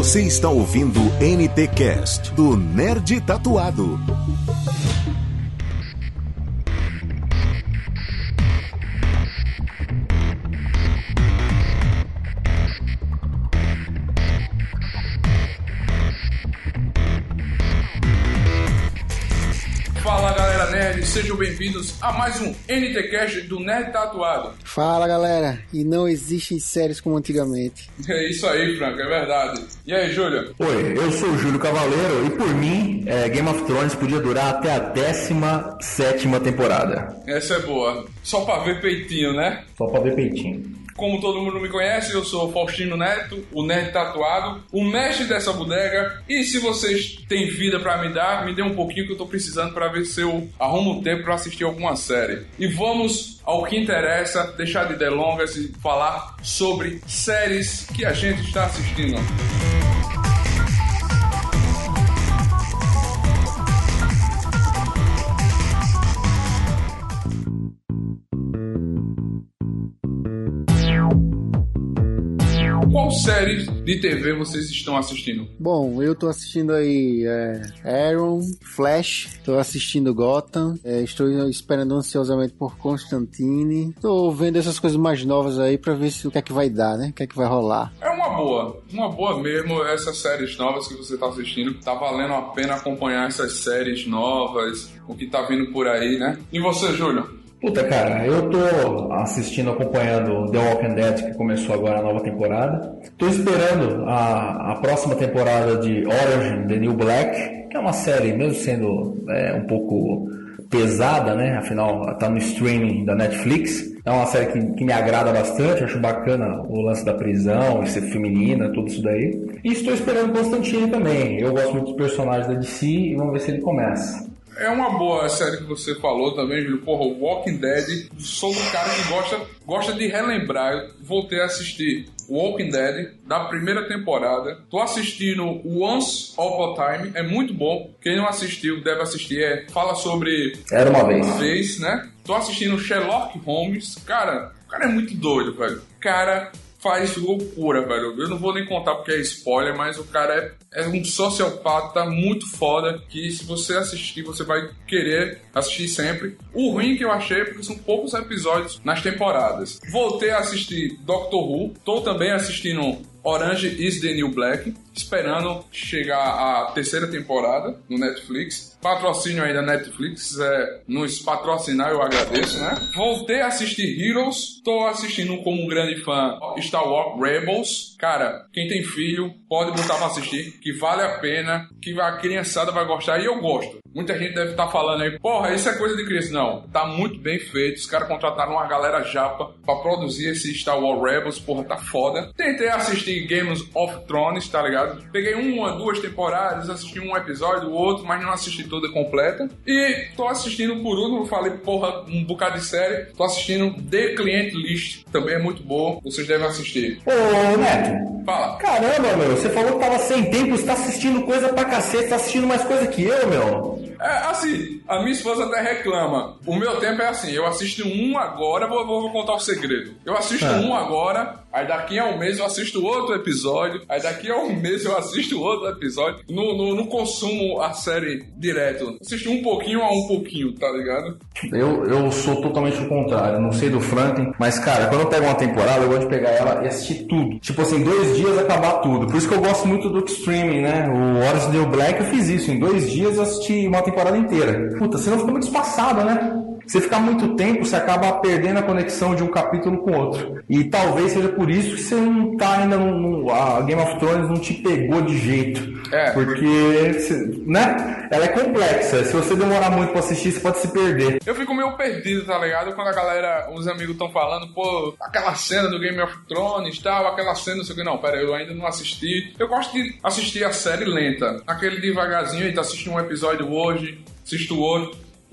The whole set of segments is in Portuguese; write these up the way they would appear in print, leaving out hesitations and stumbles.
Você está ouvindo NT Cast do Nerd Tatuado. Fala galera nerd, sejam bem-vindos a mais um NTCast do Nerd Tatuado. Fala galera, e não existem séries como antigamente. É isso aí, Franco, é verdade. E aí, Júlio? Oi, eu sou o Júlio Cavaleiro e por mim, Game of Thrones podia durar até a 17ª temporada. Essa é boa. Só pra ver peitinho, né? Só pra ver peitinho. Como todo mundo me conhece, eu sou o Faustino Neto, o Nerd Tatuado, o mestre dessa bodega. E se vocês têm vida pra me dar, me dê um pouquinho que eu tô precisando pra ver se eu arrumo tempo pra assistir alguma série. E vamos ao que interessa, deixar de delongas e falar sobre séries que a gente está assistindo. Qual série de TV vocês estão assistindo? Bom, eu tô assistindo aí Arrow, Flash, tô assistindo Gotham, estou esperando ansiosamente por Constantine. Tô vendo essas coisas mais novas aí pra ver o que é que vai dar, né? O que é que vai rolar. É uma boa mesmo essas séries novas que você tá assistindo. Tá valendo a pena acompanhar essas séries novas, o que tá vindo por aí, né? E você, Júlio? Puta, cara, eu tô acompanhando The Walking Dead, que começou agora a nova temporada. Tô esperando a próxima temporada de Orange The New Black, que é uma série, mesmo sendo um pouco pesada, né? Afinal, tá no streaming da Netflix. É uma série que me agrada bastante, acho bacana o lance da prisão, ser feminina, tudo isso daí. E estou esperando Constantine também. Eu gosto muito dos personagens da DC e vamos ver se ele começa. É uma boa série que você falou também, Júlio. Porra, o Walking Dead, sou um cara que gosta de relembrar. Eu voltei a assistir o Walking Dead da primeira temporada. Tô assistindo Once Upon a Time, é muito bom. Quem não assistiu deve assistir. Fala sobre Era uma vez, né? Tô assistindo Sherlock Holmes. Cara, o cara é muito doido, velho. Cara, faz loucura, velho. Eu não vou nem contar porque é spoiler, mas o cara é um sociopata muito foda, que se você assistir, você vai querer assistir sempre. O ruim que eu achei é porque são poucos episódios nas temporadas. Voltei a assistir Doctor Who, tô também assistindo Orange is the New Black, esperando chegar a terceira temporada no Netflix. Patrocínio aí da Netflix, nos patrocinar eu agradeço, né? Voltei a assistir Heroes, tô assistindo como um grande fã Star Wars Rebels. Cara, quem tem filho pode botar pra assistir, que vale a pena, que a criançada vai gostar e eu gosto. Muita gente deve estar falando aí, porra, isso é coisa de criança. Não, tá muito bem feito. Os caras contrataram uma galera japa pra produzir esse Star Wars Rebels, porra, tá foda. Tentei assistir Game of Thrones, tá ligado? Peguei 1, 2 temporadas, assisti um episódio, o outro, mas não assisti toda completa. E tô assistindo por último, eu falei, porra, um bocado de série. Tô assistindo The Client List, também é muito boa, vocês devem assistir. Ô, Neto. Fala. Caramba, meu, você falou que tava sem tempo, você tá assistindo coisa pra cacete, tá assistindo mais coisa que eu, meu. Assim, a minha esposa até reclama. O meu tempo é assim, eu assisto um agora, vou contar o segredo. Eu assisto um agora, aí daqui a um mês eu assisto outro episódio, aí daqui a um mês eu assisto outro episódio. Não consumo a série direto. Assisto um pouquinho a um pouquinho, tá ligado? Eu sou totalmente o contrário, não sei do Franklin, mas cara, quando eu pego uma temporada, eu gosto de pegar ela e assistir tudo. Tipo assim, 2 dias acabar tudo. Por isso que eu gosto muito do streaming, né? O Orange is the New Black eu fiz isso. Em 2 dias eu assisti uma temporada inteira. Puta, senão fica muito espaçado, né? Você ficar muito tempo, você acaba perdendo a conexão de um capítulo com o outro. E talvez seja por isso que você não tá ainda a Game of Thrones não te pegou de jeito. Porque, né? Ela é complexa. Se você demorar muito pra assistir, você pode se perder. Eu fico meio perdido, tá ligado? Quando os amigos estão falando, pô, aquela cena do Game of Thrones e tal, aquela cena, não sei o que. Não, pera, eu ainda não assisti. Eu gosto de assistir a série lenta. Aquele devagarzinho, aí tá assistindo um episódio hoje, assisto outro.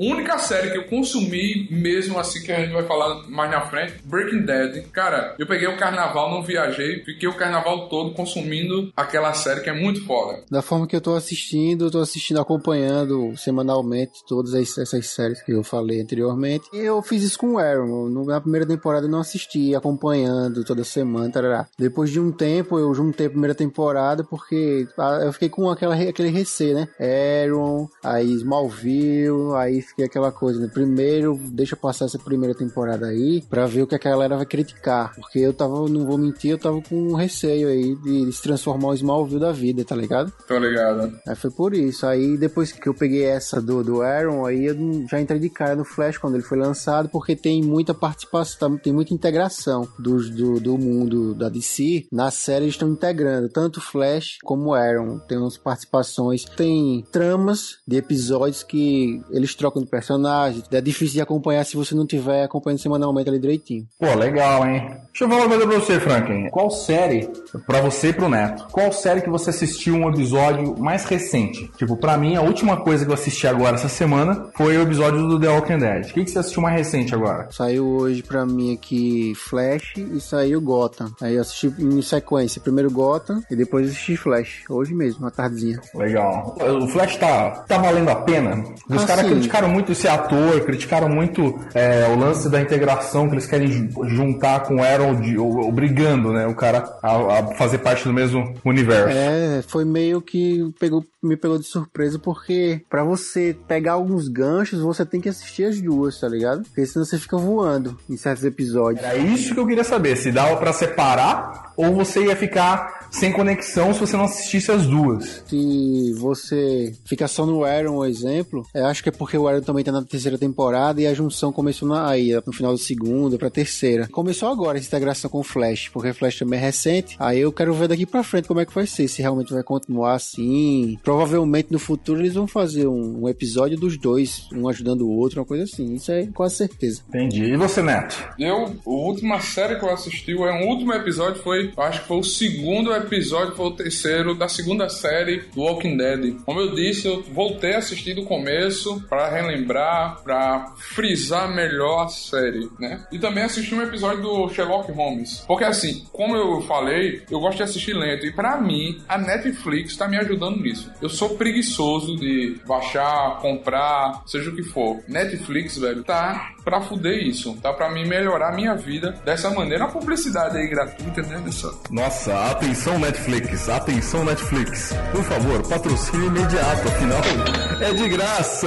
Única série que eu consumi mesmo, assim, que a gente vai falar mais na frente, Breaking Bad. Cara, eu peguei o carnaval, não viajei, fiquei o carnaval todo consumindo aquela série que é muito foda. Da forma que eu tô assistindo acompanhando semanalmente todas essas séries que eu falei anteriormente. E eu fiz isso com o Arrow. Na primeira temporada eu não assisti, acompanhando toda semana, tarará. Depois de um tempo, eu juntei a primeira temporada porque eu fiquei com aquele receio, né? Arrow, aí Smallville, aí fiquei aquela coisa, né? Primeiro, deixa eu passar essa primeira temporada aí pra ver o que a galera vai criticar. Porque eu tava, não vou mentir, eu tava com um receio aí de se transformar o Smallville da vida, tá ligado? Tô ligado. Aí foi por isso. Aí depois que eu peguei essa do Arrow, aí eu já entrei de cara no Flash quando ele foi lançado, porque tem muita participação, tem muita integração do mundo da DC. Na série eles estão integrando tanto o Flash como o Arrow. Tem umas participações, tem tramas de episódios que eles trocam de personagem. É difícil de acompanhar se você não estiver acompanhando semanalmente ali direitinho. Pô, legal, hein? Deixa eu falar uma coisa pra você, Franklin. Qual série, pra você e pro Neto, qual série que você assistiu um episódio mais recente? Tipo, pra mim, a última coisa que eu assisti agora essa semana foi o episódio do The Walking Dead. O que você assistiu mais recente agora? Saiu hoje pra mim aqui Flash e saiu Gotham. Aí eu assisti em sequência. Primeiro Gotham e depois assisti Flash. Hoje mesmo, à tardezinha. Legal. O Flash tá valendo a pena? Os caras criticaram muito esse ator, criticaram muito o lance da integração que eles querem juntar com o Arrow, obrigando, né, o cara a fazer parte do mesmo universo. Foi meio que me pegou de surpresa, porque pra você pegar alguns ganchos, você tem que assistir as duas, tá ligado? Porque senão você fica voando em certos episódios. Era isso que eu queria saber, se dava pra separar ou você ia ficar sem conexão se você não assistisse as duas. Se você fica só no Arrow, um exemplo, acho que é porque o Arrow também tá na terceira temporada e a junção começou no final do segundo pra terceira. Começou agora essa integração com o Flash, porque o Flash também é recente, aí eu quero ver daqui pra frente como é que vai ser, se realmente vai continuar assim. Provavelmente no futuro eles vão fazer um episódio dos dois, um ajudando o outro, uma coisa assim, isso é quase certeza. Entendi. E você, Neto? A última série que eu assisti, o último episódio acho que foi o segundo episódio, foi o terceiro da segunda série do Walking Dead. Como eu disse, eu voltei a assistir do começo pra relembrar, pra frisar melhor a série, né? E também assisti um episódio do Sherlock Holmes. Porque assim, como eu falei, eu gosto de assistir lento. E pra mim, a Netflix tá me ajudando nisso. Eu sou preguiçoso de baixar, comprar, seja o que for. Netflix, velho, tá pra fuder isso. Tá pra mim melhorar a minha vida dessa maneira. A publicidade aí gratuita, né? Nossa, atenção Netflix, atenção Netflix. Por favor, patrocínio imediato, afinal é de graça.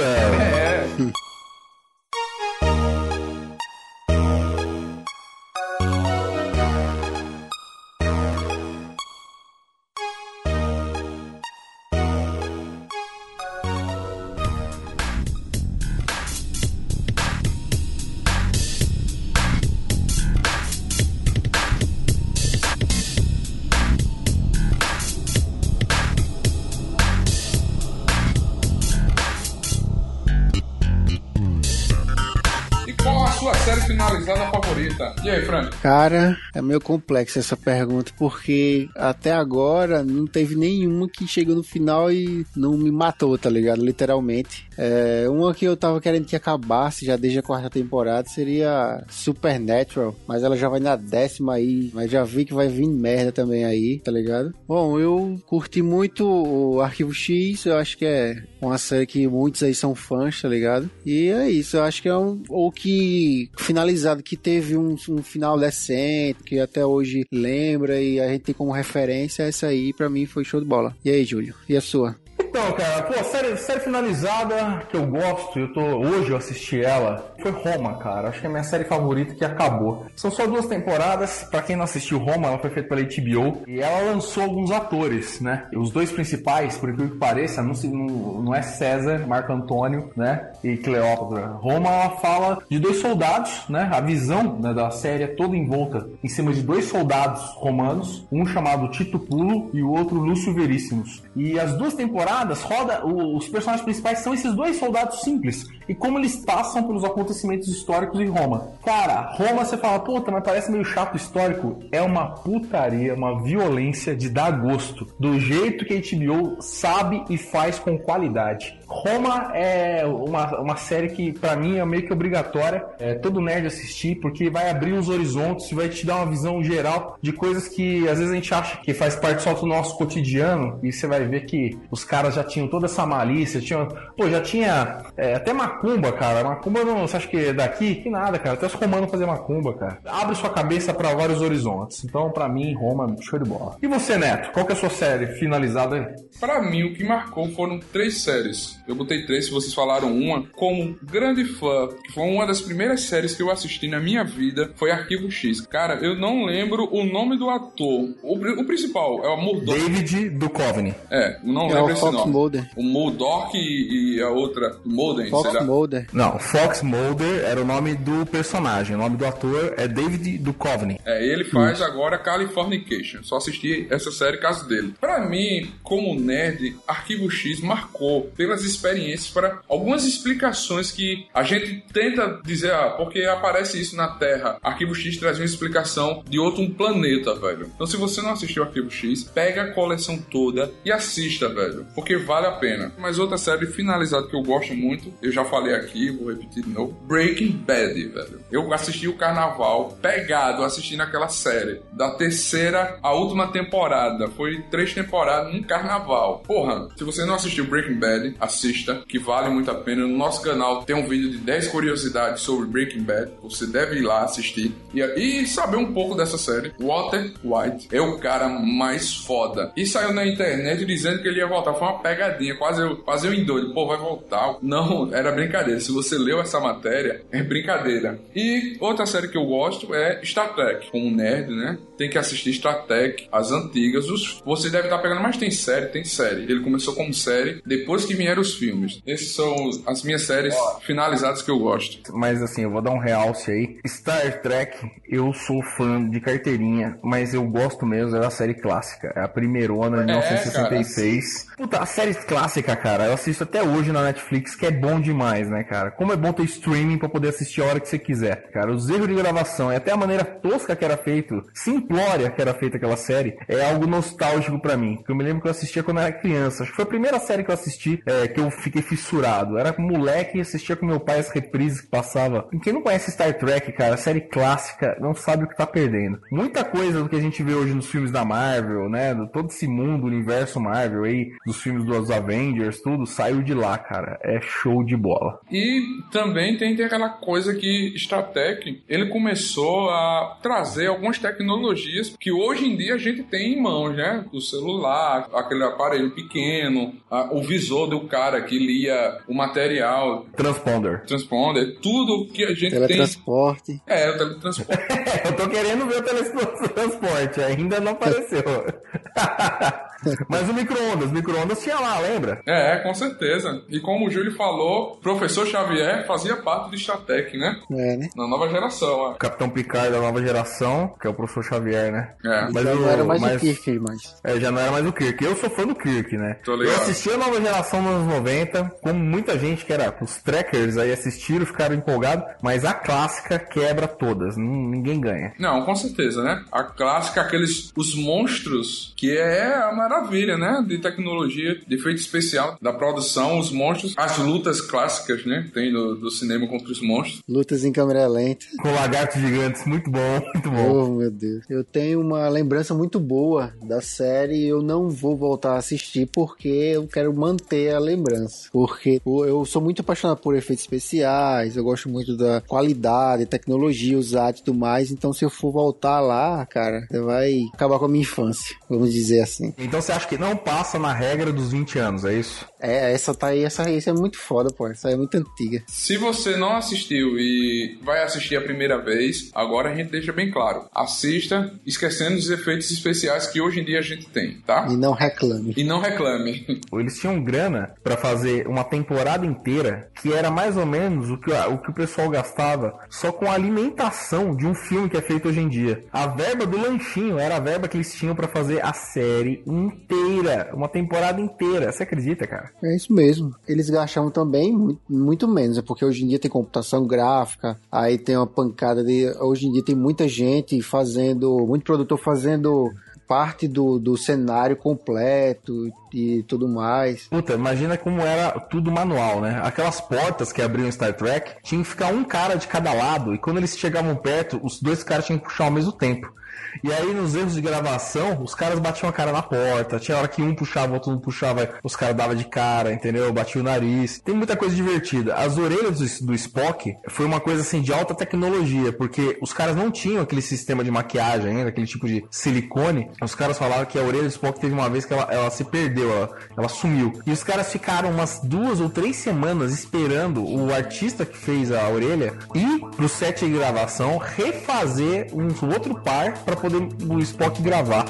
Finalizada favorita. E aí, Frank? Cara, é meio complexo essa pergunta, porque até agora não teve nenhuma que chegou no final e não me matou, tá ligado? Literalmente. Uma que eu tava querendo que acabasse já desde a quarta temporada seria Supernatural, mas ela já vai na 10ª aí, mas já vi que vai vir merda também aí, tá ligado? Bom, eu curti muito o Arquivo X, eu acho que é uma série que muitos aí são fãs, tá ligado? E é isso, eu acho que é ou que finalizado, que teve um final decente, que até hoje lembra e a gente tem como referência, essa aí pra mim foi show de bola. E aí, Júlio? E a sua? Então, cara, série finalizada que eu gosto, hoje eu assisti ela, foi Roma, cara. Acho que é a minha série favorita que acabou. São só 2 temporadas, pra quem não assistiu Roma, ela foi feita pela HBO e ela lançou alguns atores, né? E os 2 principais, por incrível que pareça, não é César, Marco Antônio, né? E Cleópatra. Roma, ela fala de 2 soldados, né? A visão, né, da série é toda envolta em cima de 2 soldados romanos, um chamado Tito Pulo e o outro Lúcio Veríssimos. E as 2 temporadas camadas, os personagens principais são esses dois soldados simples. E como eles passam pelos acontecimentos históricos em Roma. Cara, Roma você fala, puta, mas parece meio chato histórico. É uma putaria, uma violência de dar gosto. Do jeito que a HBO sabe e faz com qualidade. Roma é uma série que pra mim é meio que obrigatória. Todo nerd assistir, porque vai abrir os horizontes e vai te dar uma visão geral de coisas que às vezes a gente acha que faz parte só do nosso cotidiano. E você vai ver que os caras já tinham toda essa malícia. Já tinha até macumba, cara. Macumba não, você acha que é daqui? Que nada, cara. Até os romanos faziam macumba, cara. Abre sua cabeça pra vários horizontes. Então, pra mim, Roma, show de bola. E você, Neto? Qual que é a sua série finalizada aí? Pra mim, o que marcou foram 3 séries. Eu botei 3, se vocês falaram uma. Como grande fã, que foi uma das primeiras séries que eu assisti na minha vida, foi Arquivo X. Cara, eu não lembro o nome do ator. O principal é o Murdoch. David Duchovny. Não lembro esse Fox nome. Mulder. O Murdoch e a outra, Mulder, Fox será? Mulder. Não, Fox Mulder era o nome do personagem. O nome do ator é David Duchovny. Ele faz agora Californication. Só assisti essa série caso dele. Pra mim, como nerd, Arquivo X marcou pelas experiências, para algumas explicações que a gente tenta dizer, porque aparece isso na Terra. Arquivo X traz uma explicação de outro planeta, velho. Então, se você não assistiu Arquivo X, pega a coleção toda e assista, velho, porque vale a pena. Mas outra série finalizada que eu gosto muito, eu já falei aqui, vou repetir de novo, Breaking Bad, velho. Eu assisti o Carnaval pegado assistindo aquela série, da terceira à última temporada. Foi 3 temporadas num Carnaval. Porra, se você não assistiu Breaking Bad, assista, que vale muito a pena. No nosso canal tem um vídeo de 10 curiosidades sobre Breaking Bad. Você deve ir lá assistir e saber um pouco dessa série. Walter White é o cara mais foda. E saiu na internet dizendo que ele ia voltar. Foi uma pegadinha, quase eu endoido. Pô, vai voltar. Não, era brincadeira. Se você leu essa matéria, é brincadeira. E outra série que eu gosto é Star Trek. Como nerd, né? Tem que assistir Star Trek, as antigas. Você deve estar pegando, mas tem série. Ele começou como série, depois que vieram os filmes. Essas são as minhas séries finalizadas que eu gosto. Mas assim, eu vou dar um realce aí. Star Trek, eu sou fã de carteirinha, mas eu gosto mesmo da série clássica. É a primeirona de 1966. Cara. Puta, a série clássica, cara, eu assisto até hoje na Netflix, que é bom demais, né, cara? Como é bom ter streaming pra poder assistir a hora que você quiser. Cara, os erros de gravação e até a maneira tosca que era feito, simplória que era feita aquela série, é algo nostálgico pra mim. Porque eu me lembro que eu assistia quando eu era criança. Acho que foi a primeira série que eu assisti que eu fiquei fissurado. Era moleque e assistia com meu pai as reprises que passava. E quem não conhece Star Trek, cara, série clássica, não sabe o que tá perdendo. Muita coisa do que a gente vê hoje nos filmes da Marvel, né? Todo esse mundo, universo Marvel aí, dos filmes dos Avengers, tudo, saiu de lá, cara. É show de bola. E também tem aquela coisa que Star Trek, ele começou a trazer algumas tecnologias que hoje em dia a gente tem em mãos, né? O celular, aquele aparelho pequeno, o visor do cara que lia o material. Transponder, tudo que a gente teletransporte. tem. O teletransporte. Eu tô querendo ver o teletransporte, ainda não apareceu. Mas o micro-ondas tinha lá, lembra? Com certeza. E como o Júlio falou, professor Xavier fazia parte do Star Trek, né? Né? Na nova geração, ó. Capitão Picard da nova geração, que é o professor Xavier, né? Mas já não era mais o Kirk, mas... já não era mais o Kirk. Eu sou fã do Kirk, né? Eu assisti a nova geração nos anos 90, como muita gente que era os trekkers aí assistiram, ficaram empolgados, mas a clássica quebra todas, ninguém ganha. Não, com certeza, né? A clássica, os monstros, que é a maravilha, né? De tecnologia, de efeito especial, da produção, os monstros, as lutas clássicas, né? Tem do cinema contra os monstros. Lutas em câmera lenta. Com lagartos gigantes, muito bom, muito bom. Oh, meu Deus. Eu tenho uma lembrança muito boa da série e eu não vou voltar a assistir porque eu quero manter a lembrança. Porque eu sou muito apaixonado por efeitos especiais, eu gosto muito da qualidade, tecnologia usada e tudo mais, então se eu for voltar lá, cara, vai acabar com a minha infância, vamos dizer assim. Então você acha que não passa na regra dos 20 anos, é isso? Essa tá aí, essa é muito foda, pô. Essa é muito antiga. Se você não assistiu e vai assistir a primeira vez, agora a gente deixa bem claro. Assista, esquecendo os efeitos especiais que hoje em dia a gente tem, tá? E não reclame. E não reclame. Eles tinham grana pra fazer uma temporada inteira, que era mais ou menos o que o pessoal gastava só com a alimentação de um filme que é feito hoje em dia. A verba do lanchinho era a verba que eles tinham pra fazer a série inteira, uma temporada inteira. Você acredita, cara? É isso mesmo. Eles gastavam também muito menos, é porque hoje em dia tem computação gráfica, aí tem uma pancada de... Hoje em dia tem muita gente fazendo, muito produtor fazendo parte do cenário completo e tudo mais. Puta, imagina como era tudo manual, né? Aquelas portas que abriam Star Trek, tinha que ficar um cara de cada lado, e quando eles chegavam perto, os dois caras tinham que puxar ao mesmo tempo. E aí, nos erros de gravação, os caras batiam a cara na porta. Tinha hora que um puxava, o outro não puxava, os caras davam de cara, entendeu? Batia o nariz. Tem muita coisa divertida. As orelhas do Spock foi uma coisa, assim, de alta tecnologia, porque os caras não tinham aquele sistema de maquiagem ainda, aquele tipo de silicone. Os caras falaram que a orelha do Spock teve uma vez que ela se perdeu, ela sumiu. E os caras ficaram umas 2 ou 3 semanas esperando o artista que fez a orelha ir pro set de gravação refazer um outro par pra poder o Spock gravar.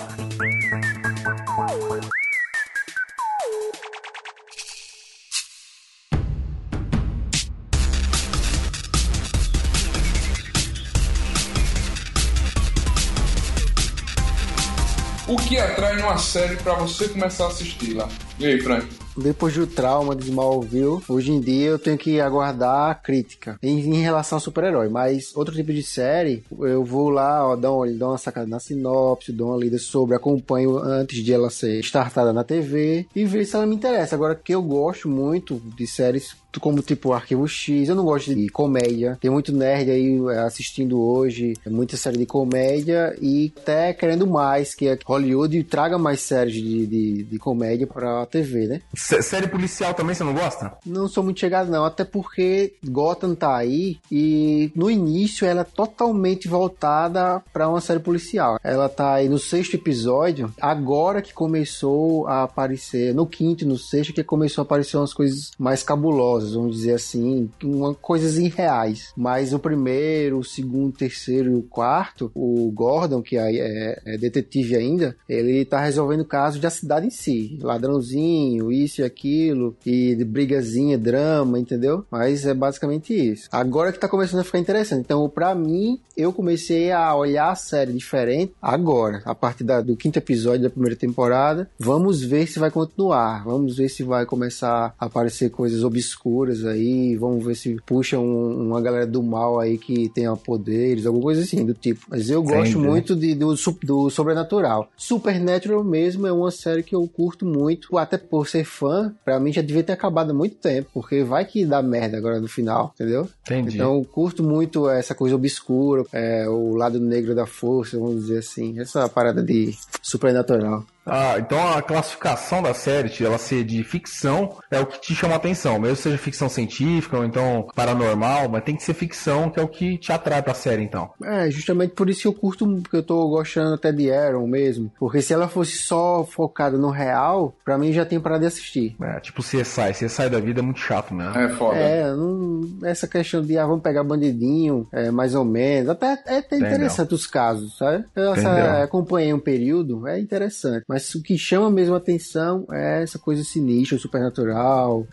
O que atrai numa série pra você começar a assisti-la? E aí, Frank? Depois do trauma de Smallville, hoje em dia eu tenho que aguardar a crítica em relação ao super-herói. Mas outro tipo de série, eu vou lá, ó, dou uma sacada na sinopse, dou uma lida sobre, acompanho antes de ela ser startada na TV e ver se ela me interessa. Agora, que eu gosto muito de séries como tipo Arquivo X, eu não gosto de comédia. Tem muito nerd aí assistindo hoje, muita série de comédia e até querendo mais que Hollywood traga mais séries de comédia pra TV, né? Série policial também você não gosta? Não sou muito chegado não, até porque Gotham tá aí e no início ela é totalmente voltada pra uma série policial. Ela tá aí no 6º episódio, agora que começou a aparecer, no 5º e no 6º que começou a aparecer umas coisas mais cabulosas, vamos dizer assim, coisas irreais. Mas o 1º, o 2º, o 3º e o 4º, o Gordon, que é detetive ainda, ele tá resolvendo o caso da cidade em si. Ladrãozinho, isso e aquilo, e brigazinha, drama, entendeu? Mas é basicamente isso. Agora que tá começando a ficar interessante. Então, pra mim, eu comecei a olhar a série diferente agora, a partir do 5º episódio da primeira temporada. Vamos ver se vai continuar. Vamos ver se vai começar a aparecer coisas obscuras aí. Vamos ver se puxa uma galera do mal aí que tenha poderes, alguma coisa assim do tipo. Mas eu gosto muito do sobrenatural. Supernatural mesmo é uma série que eu curto muito, até por ser fã, pra mim já devia ter acabado há muito tempo, porque vai que dá merda agora no final, entendeu? Entendi. Então eu curto muito essa coisa obscura, o lado negro da força, vamos dizer assim, essa parada de supernatural. Ah, então a classificação da série, ela ser de ficção, é o que te chama a atenção, mesmo seja ficção científica ou então paranormal, mas tem que ser ficção, que é o que te atrai pra série, então. É, justamente por isso que eu curto, porque eu tô gostando até de Arrow mesmo, porque se ela fosse só focada no real, pra mim já tem parado de assistir. É, tipo CSI da vida é muito chato mesmo. É foda. Essa questão de, vamos pegar bandidinho, mais ou menos, até interessante os casos, sabe? Eu acompanhei um período, é interessante, mas o que chama mesmo a atenção é essa coisa sinistra, supernatural,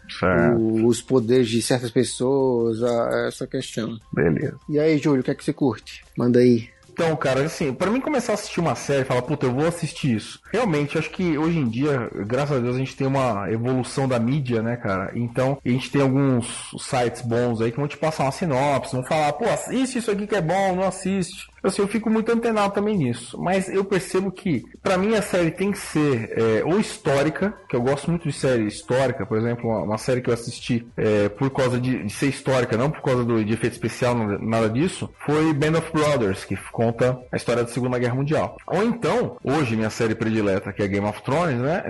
os poderes de certas pessoas, essa questão. Beleza. E aí, Júlio, o que é que você curte? Manda aí. Então, cara, assim, pra mim começar a assistir uma série e falar, puta, eu vou assistir isso. Realmente, acho que hoje em dia, graças a Deus, a gente tem uma evolução da mídia, né, cara? Então, a gente tem alguns sites bons aí que vão te passar uma sinopse, vão falar, pô, assiste isso aqui que é bom, não assiste. Assim, eu fico muito antenado também nisso. Mas eu percebo que, pra mim, a série tem que ser ou histórica, que eu gosto muito de série histórica, por exemplo, uma série que eu assisti por causa de ser histórica, não por causa de efeito especial, nada disso, foi Band of Brothers, que conta a história da Segunda Guerra Mundial. Ou então, hoje, minha série predileta, que é Game of Thrones, né,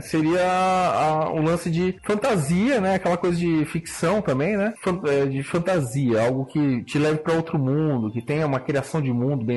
seria um lance de fantasia, né, aquela coisa de ficção também, né, de fantasia, algo que te leve pra outro mundo, que tenha uma criação de mundo bem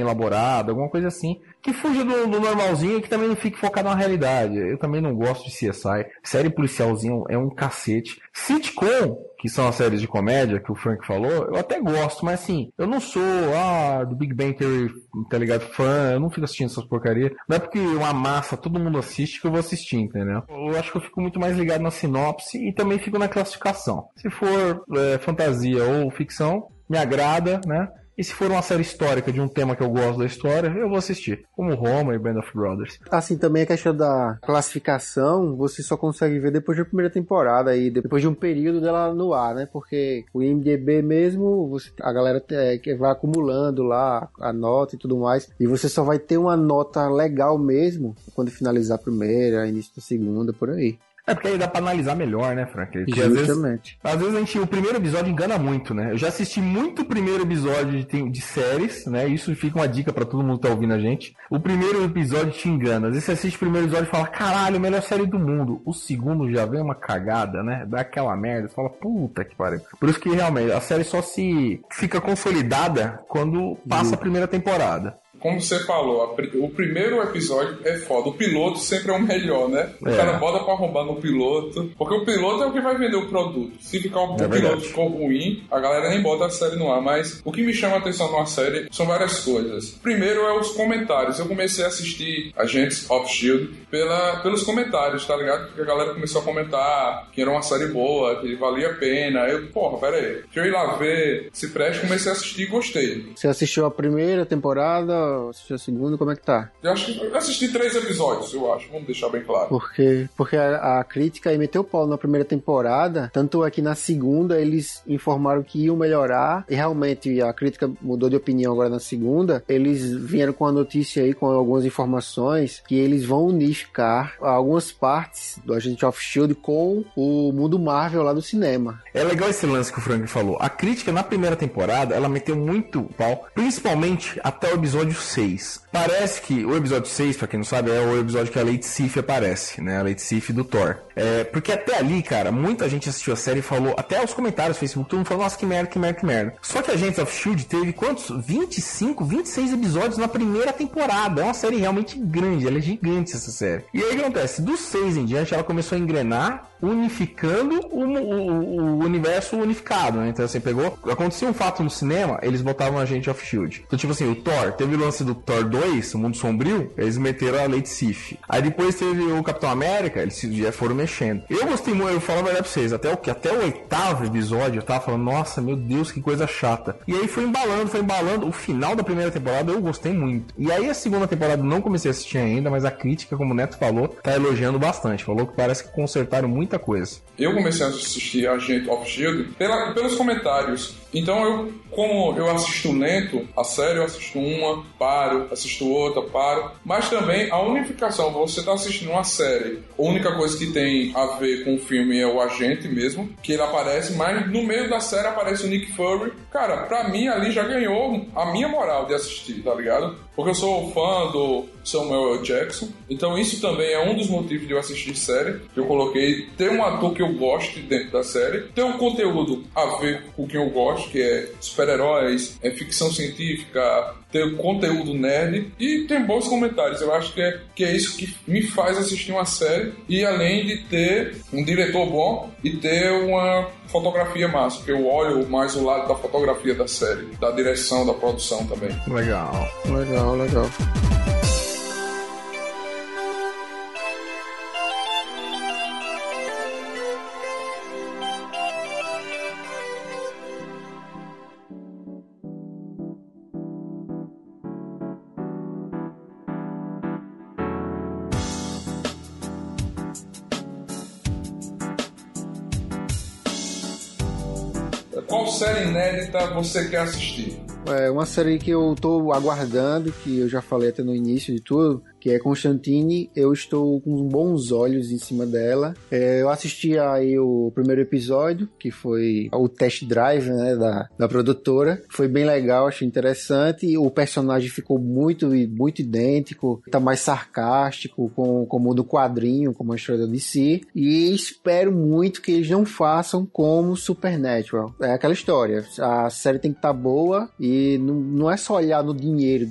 elaborada, alguma coisa assim, que fuja do normalzinho e que também não fique focado na realidade. Eu também não gosto de CSI. Série policialzinho é um cacete. Sitcom, que são as séries de comédia que o Frank falou, eu até gosto, mas assim, eu não sou do Big Bang Theory, tá ligado, fã, eu não fico assistindo essas porcarias. Não é porque uma massa, todo mundo assiste que eu vou assistir, entendeu? Eu acho que eu fico muito mais ligado na sinopse e também fico na classificação. Se for fantasia ou ficção, me agrada, né? E se for uma série histórica de um tema que eu gosto da história, eu vou assistir. Como Roma e Band of Brothers. Assim, também a questão da classificação, você só consegue ver depois da primeira temporada e depois de um período dela no ar, né? Porque o IMDb mesmo, a galera vai acumulando lá a nota e tudo mais. E você só vai ter uma nota legal mesmo quando finalizar a primeira, início da segunda, por aí. É porque aí dá pra analisar melhor, né, Frank? Porque justamente. Às vezes o primeiro episódio engana muito, né? Eu já assisti muito o primeiro episódio de séries, né? Isso fica uma dica pra todo mundo que tá ouvindo a gente. O primeiro episódio te engana. Às vezes você assiste o primeiro episódio e fala, caralho, melhor série do mundo. O segundo já vem uma cagada, né? Dá aquela merda. Você fala, puta que pariu. Por isso que realmente a série só se fica consolidada quando passa a primeira temporada. Como você falou, o primeiro episódio é foda. O piloto sempre é o melhor, né? O cara bota pra roubar no piloto. Porque o piloto é o que vai vender o produto. Se ficar o piloto ficou ruim, a galera nem bota a série no ar. Mas o que me chama a atenção numa série são várias coisas. Primeiro é os comentários. Eu comecei a assistir Agents of S.H.I.E.L.D. pelos comentários, tá ligado? Porque a galera começou a comentar que era uma série boa, que valia a pena. Eu, pera aí. Deixa eu ir lá ver se presta. Comecei a assistir e gostei. Você assistiu a primeira temporada? Assistiu a segunda, como é que tá? Eu assisti 3 episódios, eu acho. Vamos deixar bem claro. Porque a crítica aí meteu o pau na primeira temporada, tanto é que na segunda eles informaram que iam melhorar, e realmente a crítica mudou de opinião agora na segunda. Eles vieram com a notícia aí, com algumas informações, que eles vão unificar algumas partes do Agent of S.H.I.E.L.D. com o mundo Marvel lá no cinema. É legal esse lance que o Frank falou. A crítica na primeira temporada, ela meteu muito pau, principalmente até o episódio 6. Parece que o episódio 6, pra quem não sabe, é o episódio que a Lady Sif aparece, né? A Lady Sif do Thor. Porque até ali, cara, muita gente assistiu a série e falou, até os comentários do Facebook, todo mundo falou, nossa, que merda. Só que a Agents of S.H.I.E.L.D. teve quantos? 25, 26 episódios na primeira temporada. É uma série realmente grande, ela é gigante essa série. E aí o que acontece? Dos 6 em diante, ela começou a engrenar, unificando o universo unificado, né? Então assim, acontecia um fato no cinema, eles botavam a Agents of S.H.I.E.L.D. Então tipo assim, o Thor, teve o lance do Thor 2, o Mundo Sombrio, eles meteram a Lady Sif. Aí depois teve o Capitão América, eles já foram mexendo. Eu gostei muito, eu falo a verdade pra vocês, até o 8º episódio eu tava falando, nossa, meu Deus, que coisa chata. E aí foi embalando, o final da primeira temporada eu gostei muito. E aí a segunda temporada eu não comecei a assistir ainda, mas a crítica, como o Neto falou, tá elogiando bastante. Falou que parece que consertaram muita coisa. Eu comecei a assistir Agent of S.H.I.E.L.D. pelos comentários. Então como eu assisto lento, a série eu assisto uma, paro, assisto outra, paro. Mas também a unificação, você tá assistindo uma série, a única coisa que tem a ver com o filme é o agente mesmo, que ele aparece, mas no meio da série aparece o Nick Fury. Cara, pra mim ali já ganhou a minha moral de assistir, tá ligado? Porque eu sou fã do Samuel L. Jackson, então isso também é um dos motivos de eu assistir série, que eu coloquei ter um ator que eu gosto dentro da série, ter um conteúdo a ver com o que eu gosto, que é super-heróis, é ficção científica, ter conteúdo nerd e tem bons comentários. Eu acho que é isso que me faz assistir uma série, e além de ter um diretor bom e ter uma fotografia massa, porque eu olho mais o lado da fotografia da série, da direção, da produção também. Legal. Qual série inédita você quer assistir? É uma série que eu tô aguardando, que eu já falei até no início de tudo, que é Constantine. Eu estou com bons olhos em cima dela. Eu assisti aí o primeiro episódio, que foi o test drive, né, da produtora. Foi bem legal, achei interessante. O personagem ficou muito, muito idêntico, tá mais sarcástico, como o do quadrinho, como a história da DC. E espero muito que eles não façam como Supernatural. É aquela história. A série tem que estar boa e não é só olhar no dinheiro.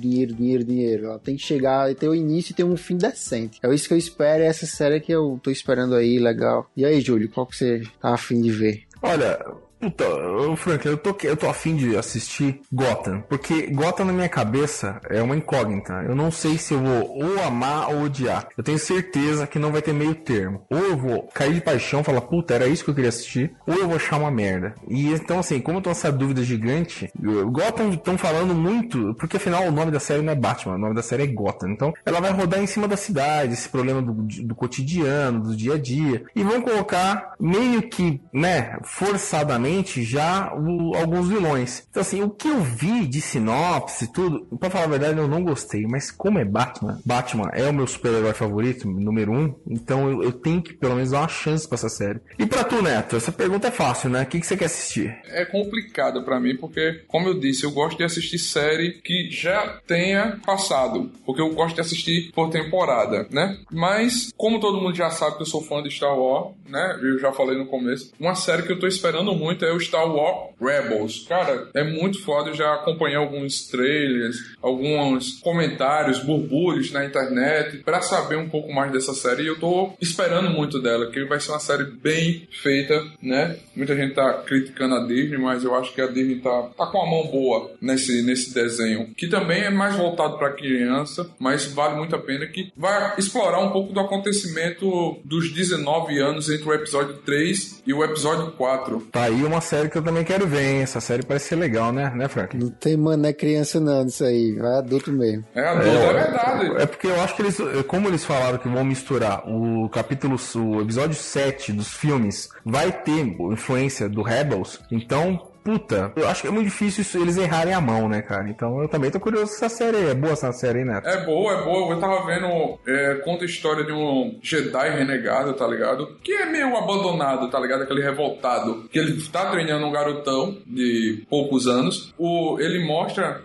Ela tem que chegar e ter o início e ter um fim decente. É isso que eu espero, é essa série que eu tô esperando aí, legal. E aí, Júlio, qual que você tá afim de ver? Olha, puta, Frank, eu tô afim de assistir Gotham, porque Gotham na minha cabeça é uma incógnita. Eu não sei se eu vou ou amar ou odiar. Eu tenho certeza que não vai ter meio termo. Ou eu vou cair de paixão e falar, puta, era isso que eu queria assistir, ou eu vou achar uma merda. E então, assim, como eu tô nessa dúvida gigante, Gotham estão falando muito, porque afinal o nome da série não é Batman, o nome da série é Gotham. Então, ela vai rodar em cima da cidade, esse problema do cotidiano, do dia a dia, e vão colocar meio que, né, forçadamente já alguns vilões. Então, assim, o que eu vi de sinopse, tudo, pra falar a verdade, eu não gostei, mas como é Batman é o meu super-herói favorito, número 1, então eu tenho que pelo menos dar uma chance pra essa série. E pra tu, Neto, essa pergunta é fácil, né? O que você quer assistir? É complicada pra mim, porque, como eu disse, eu gosto de assistir série que já tenha passado, porque eu gosto de assistir por temporada, né? Mas, como todo mundo já sabe que eu sou fã de Star Wars, né? Eu já falei no começo, uma série que eu tô esperando muito é o Star Wars Rebels. Cara, é muito foda, eu já acompanhei alguns trailers, alguns comentários, burbulhos na internet, pra saber um pouco mais dessa série, e eu tô esperando muito dela, que vai ser uma série bem feita, né? Muita gente tá criticando a Disney, mas eu acho que a Disney tá com a mão boa nesse desenho, que também é mais voltado pra criança, mas vale muito a pena, que vai explorar um pouco do acontecimento dos 19 anos entre o episódio 3 e o episódio 4. Tá aí uma série que eu também quero ver, hein? Essa série parece ser legal, né, Frank? Não tem mané criança não nisso aí, vai adulto mesmo. É adulto, é verdade. É porque eu acho que eles, como eles falaram que vão misturar o episódio 7 dos filmes, vai ter influência do Rebels, então... Puta, eu acho que é muito difícil eles errarem a mão, né, cara? Então eu também tô curioso se essa série é boa, essa série, né? É boa. Eu tava vendo, conta a história de um Jedi renegado, tá ligado? Que é meio abandonado, tá ligado? Aquele revoltado. Que ele tá treinando um garotão de poucos anos. Ele mostra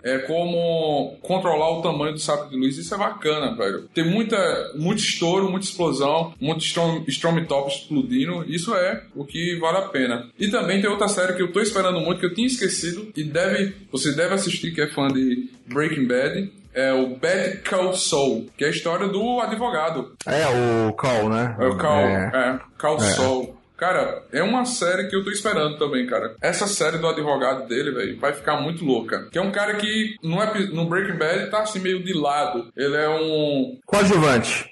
como controlar o tamanho do sabre de luz. Isso é bacana, velho. Tem muito estouro, muita explosão, muito Stormtrooper explodindo. Isso é o que vale a pena. E também tem outra série que eu tô esperando muito, que eu tinha esquecido, e você deve assistir, que é fã de Breaking Bad, é o Better Call Saul, que é a história do advogado. É o Call, né? É o Call Saul. Cara, é uma série que eu tô esperando também, cara. Essa série do advogado dele, velho, vai ficar muito louca. Que é um cara que no Breaking Bad tá assim meio de lado. Ele é um... Coadjuvante.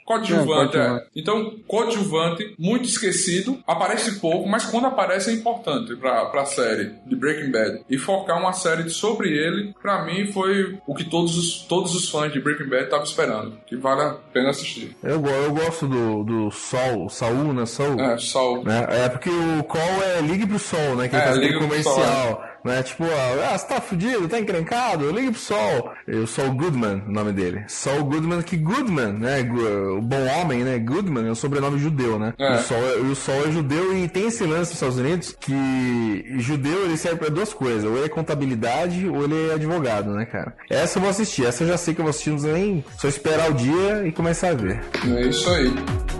Então, coadjuvante, muito esquecido, aparece pouco, mas quando aparece é importante pra série de Breaking Bad. E focar uma série sobre ele, pra mim, foi o que todos os fãs de Breaking Bad estavam esperando. Que vale a pena assistir. Eu gosto do Saul, né? Saul. Né? É porque o Call ligue pro Sol, né? Que ele faz aquele comercial. Né? Tipo, você tá fudido, tá encrencado? Ligue pro Sol. Eu sou o Goodman, o nome dele. Saul Goodman, que Goodman, né? O bom homem, né? Goodman é um sobrenome judeu, né? O Sol é judeu, e tem esse lance nos Estados Unidos que judeu ele serve pra duas coisas. Ou ele é contabilidade ou ele é advogado, né, cara? Essa eu vou assistir. Essa eu já sei que eu vou assistir, não precisa nem só esperar o dia e começar a ver. É isso aí.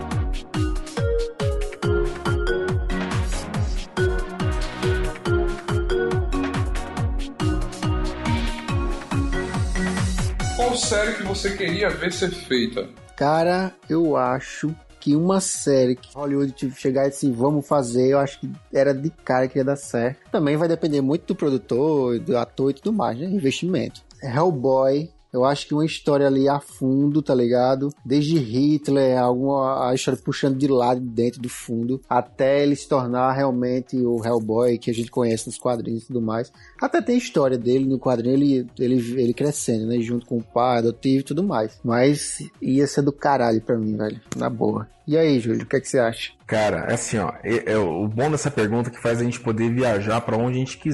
Qual série que você queria ver ser feita? Cara, eu acho que uma série que Hollywood chegar assim, vamos fazer, eu acho que era de cara que ia dar certo. Também vai depender muito do produtor, do ator e tudo mais, né? Investimento. Hellboy. Eu acho que uma história ali a fundo, tá ligado? Desde Hitler, a história puxando de lado, de dentro do fundo, até ele se tornar realmente o Hellboy que a gente conhece nos quadrinhos e tudo mais. Até tem história dele no quadrinho, ele crescendo, né? Junto com o pai, adotivo e tudo mais. Mas ia ser do caralho pra mim, velho. Na boa. E aí, Júlio, o que é que você acha? Cara, assim, ó, o bom dessa pergunta é que faz a gente poder viajar pra onde a gente quiser.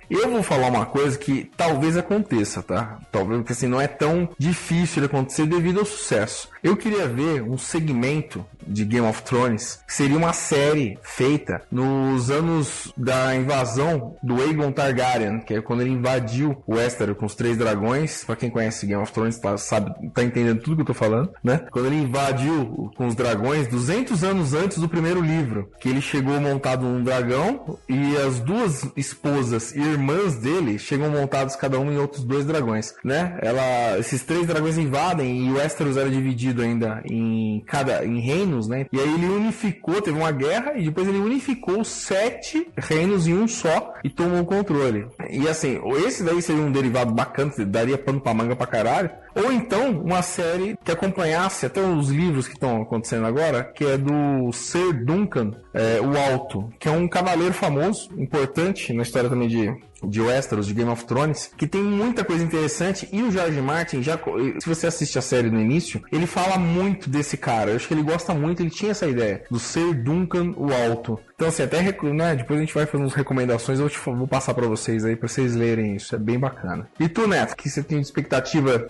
Eu vou falar uma coisa que talvez aconteça, tá? Talvez, porque assim, não é tão difícil de acontecer devido ao sucesso. Eu queria ver um segmento de Game of Thrones, que seria uma série feita nos anos da invasão do Aegon Targaryen, que é quando ele invadiu o Westeros com os 3 dragões. Pra quem conhece Game of Thrones, tá entendendo tudo que eu tô falando, né? Quando ele invadiu com os dragões, 200 anos antes do primeiro livro, que ele chegou montado num dragão e as 2 esposas e irmãs dele chegam montados cada um em outros 2 dragões, né? Esses 3 dragões invadem e o Westeros era dividido ainda em reinos, né? E aí ele unificou, teve uma guerra e depois ele unificou 7 reinos em um só e tomou o controle. E assim, esse daí seria um derivado bacana, daria pano pra manga pra caralho. Ou então, uma série que acompanhasse até os livros que estão acontecendo agora, que é do Ser Duncan, o Alto, que é um cavaleiro famoso, importante na história também de Westeros, de Game of Thrones, que tem muita coisa interessante. E o George Martin, se você assiste a série no início, ele fala muito desse cara. Eu acho que ele gosta muito, ele tinha essa ideia do Ser Duncan, o Alto. Então assim, até, né, depois a gente vai fazer umas recomendações, eu vou passar pra vocês aí, pra vocês lerem isso, é bem bacana. E tu, Neto, que você tem de expectativa?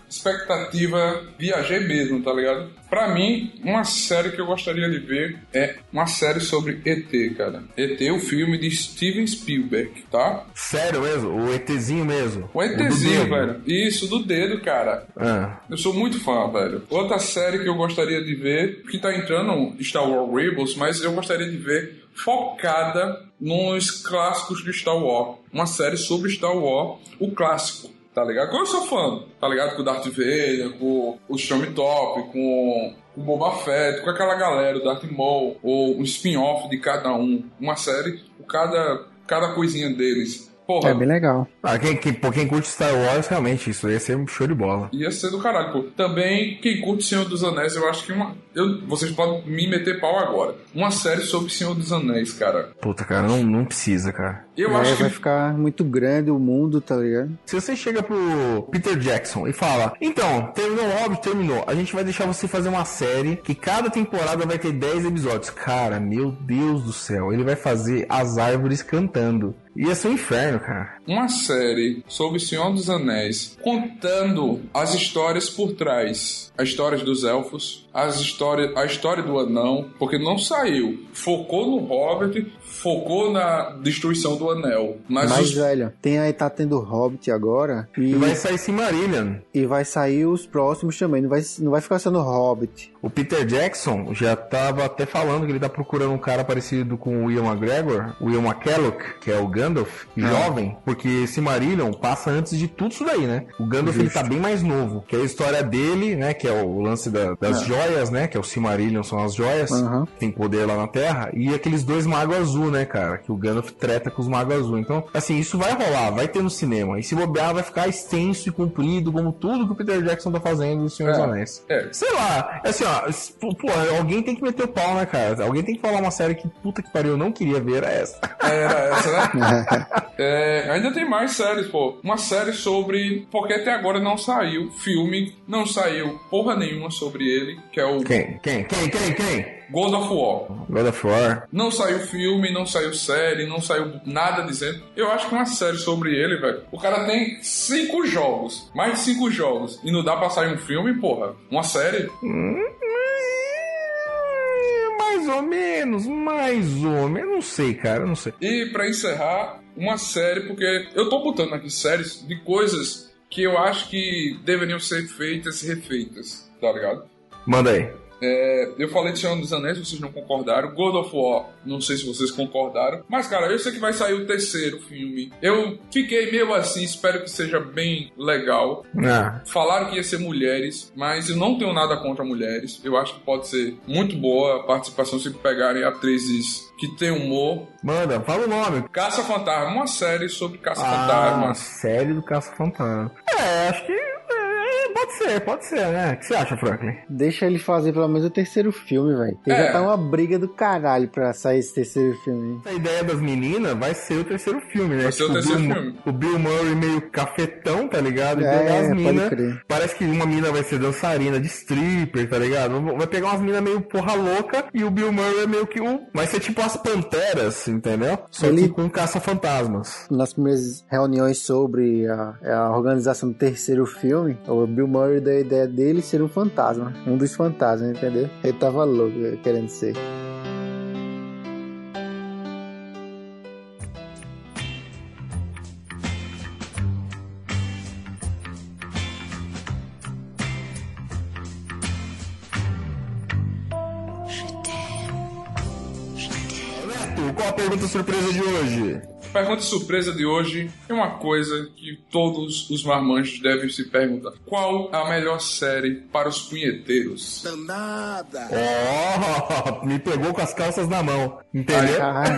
Viajei mesmo, tá ligado? Pra mim, uma série que eu gostaria de ver é uma série sobre ET, cara. ET, o filme de Steven Spielberg, tá? Sério mesmo? O ETzinho mesmo? O ETzinho, velho. Isso, do dedo, cara. Eu sou muito fã, velho. Outra série que eu gostaria de ver, que tá entrando Star Wars Rebels, mas eu gostaria de ver focada nos clássicos de Star Wars. Uma série sobre Star Wars, o clássico. Tá ligado? Eu sou fã, tá ligado? Com o Darth Vader, com o Stormtrooper, com o Boba Fett, com aquela galera, o Darth Maul, ou um spin-off de cada um. Uma série, cada coisinha deles. Porra. É bem legal. Quem curte Star Wars, realmente, isso ia ser um show de bola. Ia ser do caralho, pô. Também, quem curte Senhor dos Anéis, eu acho que vocês podem me meter pau agora. Uma série sobre Senhor dos Anéis, cara. Puta, cara, não precisa, cara. Eu acho que vai ficar muito grande o mundo, tá ligado? Se você chega pro Peter Jackson e fala, então, terminou o Hobbit, terminou. A gente vai deixar você fazer uma série que cada temporada vai ter 10 episódios. Cara, meu Deus do céu. Ele vai fazer as árvores cantando. Ia ser um inferno, cara. Uma série sobre o Senhor dos Anéis, contando as histórias por trás. As histórias dos elfos, a história do anão, porque não saiu. Focou no Hobbit, focou na destruição do anel. Mas velho, tá tendo Hobbit agora. E vai sair Silmarillion. E vai sair os próximos também. Não vai ficar sendo Hobbit. O Peter Jackson já tava até falando que ele tá procurando um cara parecido com o Ian McGregor, o Ian McKellen, que é o Gandalf, jovem, porque Silmarillion passa antes de tudo isso daí, né? O Gandalf, ele tá bem mais novo, que é a história dele, né? Que é o lance das joias, né? Que é o Silmarillion, são as joias, que tem poder lá na Terra, e aqueles 2 magos azul, né, cara? Que o Gandalf treta com os magos azul. Então, assim, isso vai rolar, vai ter no cinema. E se bobear, vai ficar extenso e comprido, como tudo que o Peter Jackson tá fazendo no Senhor dos Anéis. Sei lá, assim, ó, alguém tem que meter o pau, né, cara? Alguém tem que falar uma série que, puta que pariu, eu não queria ver, era essa. Era essa, né? Ainda tem mais séries, pô. Uma série sobre... Porque até agora não saiu filme, não saiu porra nenhuma sobre ele, que é o... Quem? God of War. God of War. Não saiu filme, não saiu série, não saiu nada dizendo. Eu acho que uma série sobre ele, velho. O cara tem 5 jogos, mais de 5 jogos, e não dá pra sair um filme, porra. Uma série... Mais ou menos, não sei, cara, não sei. E pra encerrar, uma série, porque eu tô botando aqui séries de coisas que eu acho que deveriam ser feitas e refeitas, tá ligado? Manda aí. Eu falei de Senhor dos Anéis, vocês não concordaram. God of War, não sei se vocês concordaram. Mas, cara, eu sei que vai sair o 3º filme. Eu fiquei meio assim, espero que seja bem legal. Falaram que ia ser mulheres, mas eu não tenho nada contra mulheres. Eu acho que pode ser muito boa a participação se pegarem atrizes que tem humor. Manda, fala o nome. Caça-Fantasma, uma série sobre Caça-Fantasma. Uma série do Caça-Fantasma. Acho que... Pode ser, né? O que você acha, Franklin? Deixa ele fazer pelo menos o terceiro filme, velho. Já tá uma briga do caralho pra sair esse terceiro filme, hein? A ideia das meninas vai ser o terceiro filme, né? Vai ser o terceiro filme. O Bill Murray meio cafetão, tá ligado? E pegar as minas. Parece que uma mina vai ser dançarina de stripper, tá ligado? Vai pegar umas minas meio porra louca e o Bill Murray é meio que vai ser tipo as Panteras, entendeu? Só que com caça-fantasmas. Nas primeiras reuniões sobre a organização do terceiro filme, o Bill Murray deu a ideia dele ser um fantasma. Um dos fantasmas, entendeu? Ele tava louco querendo ser. Qual a pergunta surpresa de hoje? A pergunta surpresa de hoje é uma coisa que todos os marmanjos devem se perguntar. Qual a melhor série para os punheteiros? Danada! Oh, me pegou com as calças na mão. Entendeu?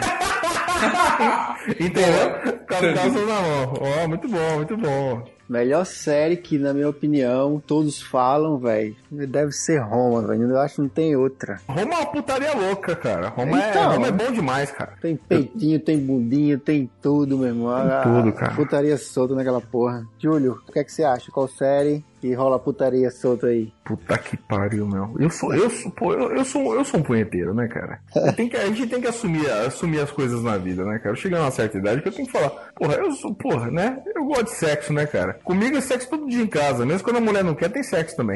Entendeu? Com as calças na mão. Oh, muito bom, muito bom. Melhor série que, na minha opinião, todos falam, velho, deve ser Roma, velho. Eu acho que não tem outra. Roma é uma putaria louca, cara. Roma é bom demais, cara. Tem peitinho, tem bundinha, tem tudo, meu irmão. Tem tudo, cara. Putaria solta naquela porra. Júlio, o que é que você acha? Qual série que rola putaria solta aí? Puta que pariu, meu. Eu sou um punheteiro, né, cara? A gente tem que assumir as coisas na vida, né, cara? Eu chego a uma certa idade que eu tenho que falar, né? Eu gosto de sexo, né, cara? Comigo é sexo todo dia em casa. Mesmo quando a mulher não quer, tem sexo também.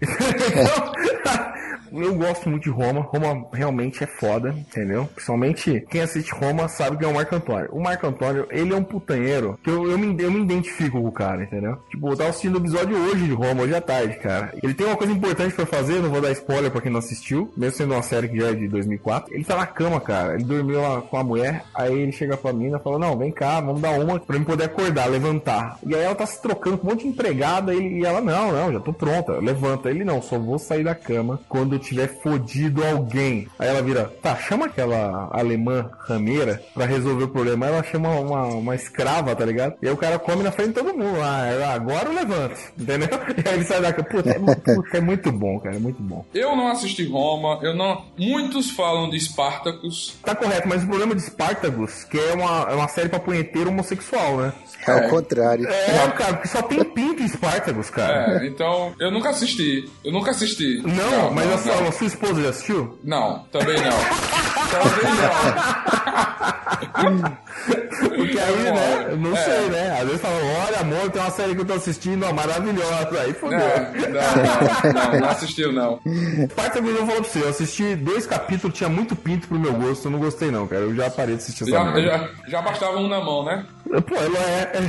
Então, eu gosto muito de Roma. Roma realmente é foda, entendeu? Principalmente quem assiste Roma sabe que é o Marco Antônio. O Marco Antônio, ele é um putanheiro que eu me identifico com o cara, entendeu? Tipo, eu tava assistindo o episódio hoje de Roma, hoje à tarde, cara. Ele tem uma coisa importante pra fazer, não vou dar spoiler pra quem não assistiu, mesmo sendo uma série que já é de 2004. Ele tá na cama, cara. Ele dormiu lá com a mulher, aí ele chega pra mina e fala, não, vem cá, vamos dar uma pra mim poder acordar, levantar. E aí ela tá se trocando com um monte de empregada e ela, não, já tô pronta, levanta. Ele, não, só vou sair da cama quando eu tiver fodido alguém. Aí ela vira, tá, chama aquela alemã rameira pra resolver o problema. Aí ela chama uma escrava, tá ligado? E aí o cara come na frente de todo mundo. Agora eu levanto, entendeu? E aí ele sai da cama. Puta, é muito bom, cara, é muito bom. Eu não assisti Roma, muitos falam de Spartacus. Tá correto, mas o problema de Spartacus, que é uma série pra punheteiro homossexual, né? É o contrário. Cara, porque só tem pinto em Spartacus, cara. Então, eu nunca assisti. Não, mas a sua esposa já assistiu? Não, também não. Porque aí, né, eu não sei, né? Às vezes falam, olha, amor, tem uma série que eu tô assistindo, ó, maravilhosa. Aí fodeu. Não assistiu, não. Spartacus, eu vou falar pra você, eu assisti 2 capítulos, tinha muito pinto pro meu gosto, eu não gostei não, cara. Eu já parei de assistir essa já bastava um na mão, né? Pô, ela é...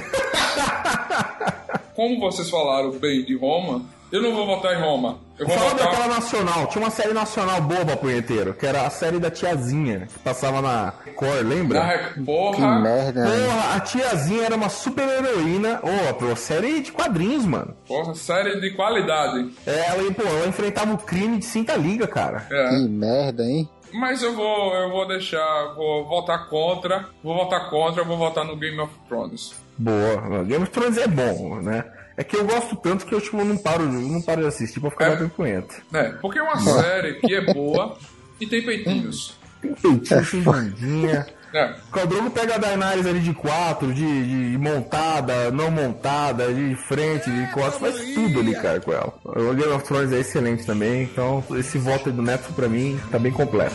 Como vocês falaram bem de Roma, eu não vou votar em Roma. Eu vou Fala votar... daquela nacional, tinha uma série nacional boba, punheteiro, que era a série da Tiazinha, que passava na Cor, lembra? Porra! Que merda. Porra, a Tiazinha era uma super heroína. Série de quadrinhos, mano. Porra, série de qualidade. Ela enfrentava o crime de cinta liga, cara. Que merda, hein? Mas eu vou deixar, vou votar contra, vou votar no Game of Thrones. Boa, Game of Thrones é bom, né? É que eu gosto tanto que eu não paro de assistir pra ficar mais punheta. Porque é uma série que é boa e tem peitinhos. Tem peitinho, tem bandinha. O Khal Drogo pega a Daenerys ali de 4, de montada, não montada, de frente, de costas, faz tudo ali, cara, com ela. O Game of Thrones é excelente também, então esse voto do Neto pra mim tá bem completo.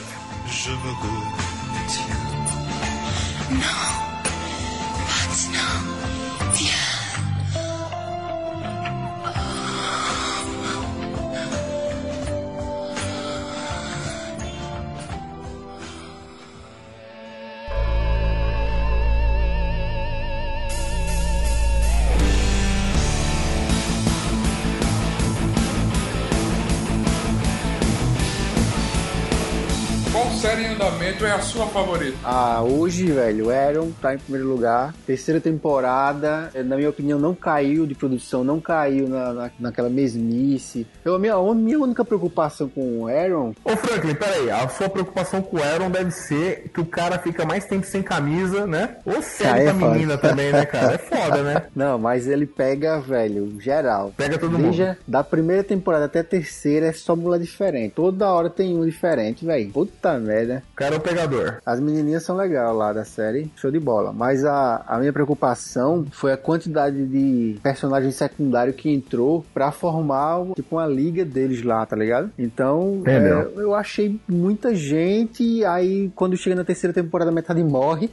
série em andamento é a sua favorita? Hoje, velho, Arrow tá em primeiro lugar. Terceira temporada, na minha opinião, não caiu de produção, não caiu naquela mesmice. A minha única preocupação com o Arrow... Ô Franklin, peraí, a sua preocupação com o Arrow deve ser que o cara fica mais tempo sem camisa, né? Ou série pra menina também, né, cara? É foda, né? Não, mas ele pega, velho, geral. Pega todo mundo. Da primeira temporada até a terceira é só mulher diferente. Toda hora tem um diferente, velho. Puta merda. O cara é o pegador. As menininhas são legais lá da série, show de bola. Mas a minha preocupação foi a quantidade de personagens secundários que entrou pra formar, tipo, uma liga deles lá, tá ligado? Então, eu achei muita gente, aí quando chega na terceira temporada, metade morre.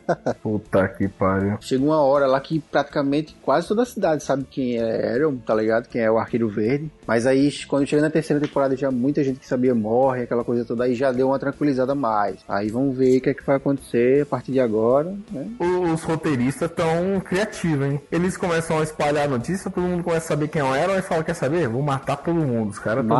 Puta que pariu. Chega uma hora lá que praticamente quase toda a cidade sabe quem é Arrow, tá ligado? Quem é o Arqueiro Verde. Mas aí, quando chega na terceira temporada, já muita gente que sabia morre, aquela coisa toda, aí já deu uma tranquilizada a mais. Aí vamos ver o que é que vai acontecer a partir de agora, né? Os roteiristas estão criativos, hein? Eles começam a espalhar a notícia, todo mundo começa a saber quem é o Arrow e fala, quer saber? Vou matar todo mundo. Os caras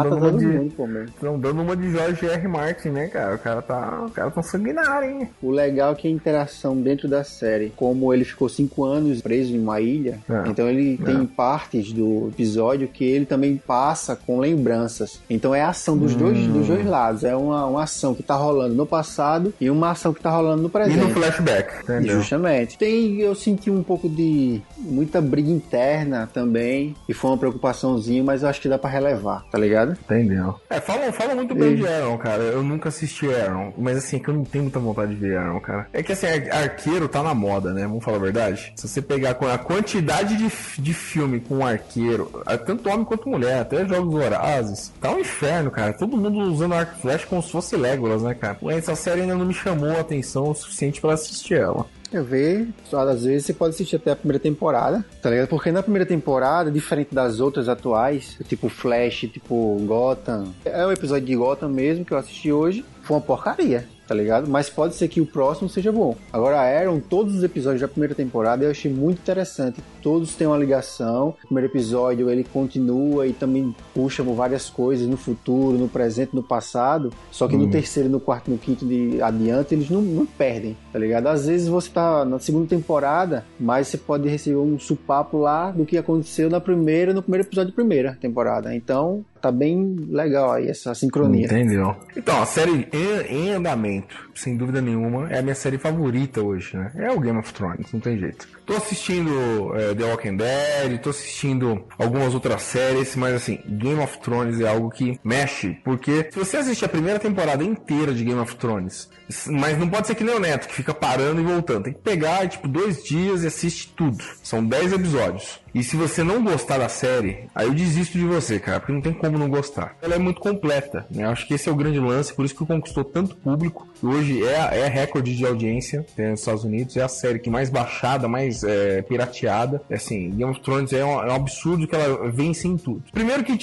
estão dando uma de George R. Martin, né, cara? O cara tá sanguinário, hein? O legal é que a interação dentro da série, como ele ficou 5 anos preso em uma ilha, então ele tem partes do episódio que ele também passa com lembranças. Então é a ação dos dois lados. É uma ação que tá rolando no passado e uma ação que tá rolando no presente. E no flashback, entendeu? Justamente. Eu senti um pouco de muita briga interna também, e foi uma preocupaçãozinha, mas eu acho que dá pra relevar, tá ligado? Entendeu. Fala muito bem de Arrow, cara. Eu nunca assisti Arrow, mas assim, que eu não tenho muita vontade de ver Arrow, cara. É que assim, arqueiro tá na moda, né? Vamos falar a verdade? Se você pegar com a quantidade de filme com arqueiro, tanto homem quanto mulher, até Jogos Vorazes, tá um inferno, cara. Todo mundo usando arco e flecha como se fosse Legolas, né, cara? Essa série ainda não me chamou a atenção o suficiente pra assistir ela. Eu vejo, às vezes você pode assistir até a primeira temporada, tá ligado? Porque na primeira temporada, diferente das outras atuais, tipo Flash, tipo Gotham, é o episódio de Gotham mesmo que eu assisti hoje, foi uma porcaria, tá ligado? Mas pode ser que o próximo seja bom. Agora, Arrow, todos os episódios da primeira temporada eu achei muito interessante. Todos têm uma ligação. O primeiro episódio ele continua e também puxa várias coisas no futuro, no presente, no passado. Só que no terceiro, no quarto, no quinto de adiante, eles não perdem, tá ligado? Às vezes você tá na segunda temporada, mas você pode receber um supapo lá do que aconteceu no primeiro episódio da primeira temporada. Então, tá bem legal aí essa sincronia. Entendeu? Então, a série em andamento, sem dúvida nenhuma, é a minha série favorita hoje, né? É o Game of Thrones, não tem jeito. Tô assistindo The Walking Dead, tô assistindo algumas outras séries, mas assim, Game of Thrones é algo que mexe, porque se você assistir a primeira temporada inteira de Game of Thrones, mas não pode ser que nem o Neto, que fica parando e voltando, tem que pegar, 2 dias e assiste tudo. São 10 episódios. E se você não gostar da série, aí eu desisto de você, cara, porque não tem como não gostar. Ela é muito completa, né? Eu acho que esse é o grande lance, por isso que conquistou tanto público. Hoje é recorde de audiência nos Estados Unidos, é a série que mais baixada, mais pirateada. Assim, Game of Thrones é um absurdo que ela vence em tudo. Primeiro que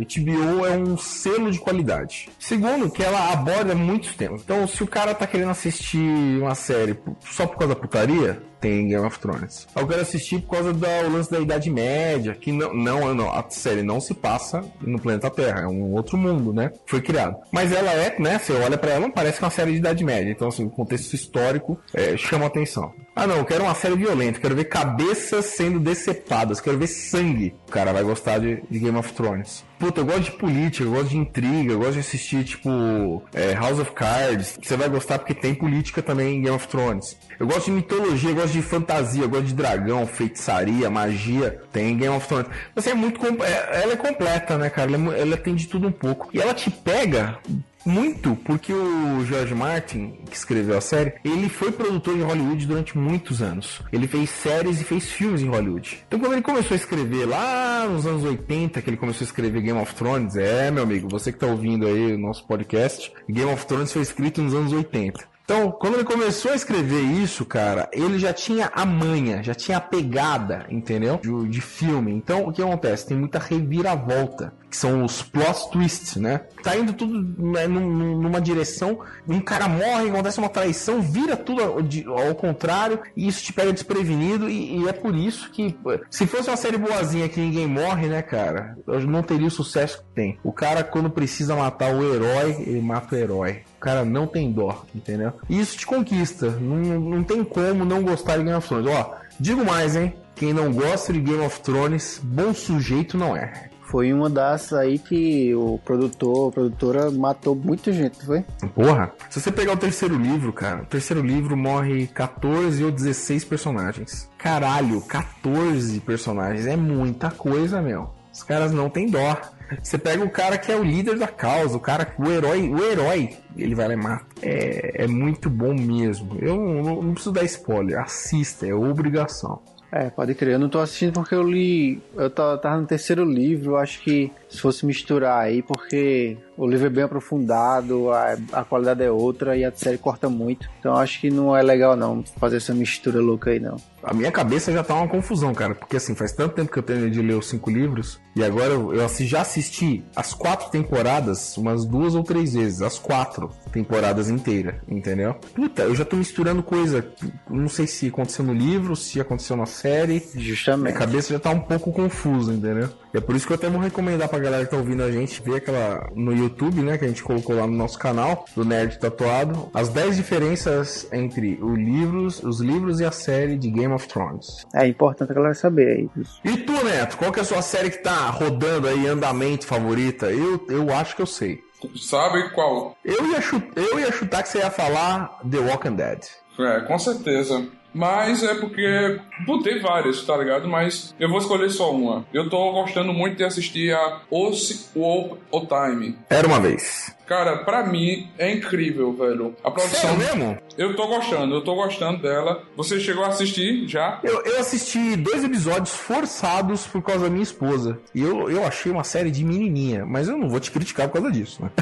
HBO é um selo de qualidade. Segundo, que ela aborda muitos temas. Então, se o cara tá querendo assistir uma série só por causa da putaria, tem Game of Thrones. Eu quero assistir por causa do lance da Idade Média, que não, a série não se passa no planeta Terra, é um outro mundo, né? Foi criado. Mas ela né? Você olha pra ela, não parece que é uma série de Idade Média. Então, assim, o contexto histórico chama atenção. Ah, não, eu quero uma série violenta, quero ver cabeças sendo decepadas, quero ver sangue. O cara vai gostar de Game of Thrones. Puta, eu gosto de política, eu gosto de intriga, eu gosto de assistir, House of Cards. Você vai gostar porque tem política também em Game of Thrones. Eu gosto de mitologia, eu gosto de fantasia, eu gosto de dragão, feitiçaria, magia. Tem em Game of Thrones. Você ela é completa, né, cara? Ela tem de tudo um pouco. E ela te pega muito, porque o George Martin, que escreveu a série, ele foi produtor de Hollywood durante muitos anos. Ele fez séries e fez filmes em Hollywood. Então, quando ele começou a escrever lá nos anos 80, que ele começou a escrever Game of Thrones, meu amigo, você que tá ouvindo aí o nosso podcast, Game of Thrones foi escrito nos anos 80. Então, quando ele começou a escrever isso, cara, ele já tinha a manha, já tinha a pegada, entendeu? De filme. Então, o que acontece? Tem muita reviravolta, que são os plot twists, né? Tá indo tudo numa direção, um cara morre, acontece uma traição, vira tudo ao contrário, e isso te pega desprevenido, e é por isso que, se fosse uma série boazinha que ninguém morre, né, cara, não teria o sucesso que tem. O cara, quando precisa matar o herói, ele mata o herói. O cara não tem dó, entendeu? E isso te conquista. Não tem como não gostar de Game of Thrones. Ó, digo mais, hein? Quem não gosta de Game of Thrones, bom sujeito não é. Foi uma das aí que o produtor, a produtora matou muita gente, não foi? Porra, se você pegar o terceiro livro, cara, o terceiro livro morre 14 ou 16 personagens. Caralho, 14 personagens, é muita coisa, meu. Os caras não tem dó. Você pega o cara que é o líder da causa, o herói, ele vai lá e mata. É muito bom mesmo. Eu não preciso dar spoiler, assista, é obrigação. Pode crer. Eu não tô assistindo porque eu li... Eu tava no terceiro livro, eu acho que se fosse misturar aí, porque o livro é bem aprofundado, a qualidade é outra e a série corta muito. Então eu acho que não é legal não fazer essa mistura louca aí não. A minha cabeça já tá uma confusão, cara, porque assim, faz tanto tempo que eu terminei de ler os 5 livros, e agora eu já assisti as 4 temporadas umas 2 ou 3 vezes, as 4 temporadas inteiras, entendeu? Puta, eu já tô misturando coisa, não sei se aconteceu no livro, se aconteceu na série. Justamente. Minha cabeça já tá um pouco confusa, entendeu? É por isso que eu até vou recomendar pra galera que tá ouvindo a gente ver aquela no YouTube, né, que a gente colocou lá no nosso canal, do Nerd Tatuado, as 10 diferenças entre os livros e a série de Game of Thrones. É importante a galera saber aí. E tu, Neto, qual que é a sua série que tá rodando aí, andamento favorita? Eu acho que eu sei. Sabe qual? Eu ia chutar que você ia falar The Walking Dead. Com certeza. Mas é porque botei várias, tá ligado? Mas eu vou escolher só uma. Eu tô gostando muito de assistir a Once Upon a Time. Era uma vez. Cara, pra mim é incrível, velho. A produção... Sério mesmo? Eu tô gostando dela. Você chegou a assistir já? Eu assisti 2 episódios forçados por causa da minha esposa. E eu achei uma série de menininha. Mas eu não vou te criticar por causa disso, né?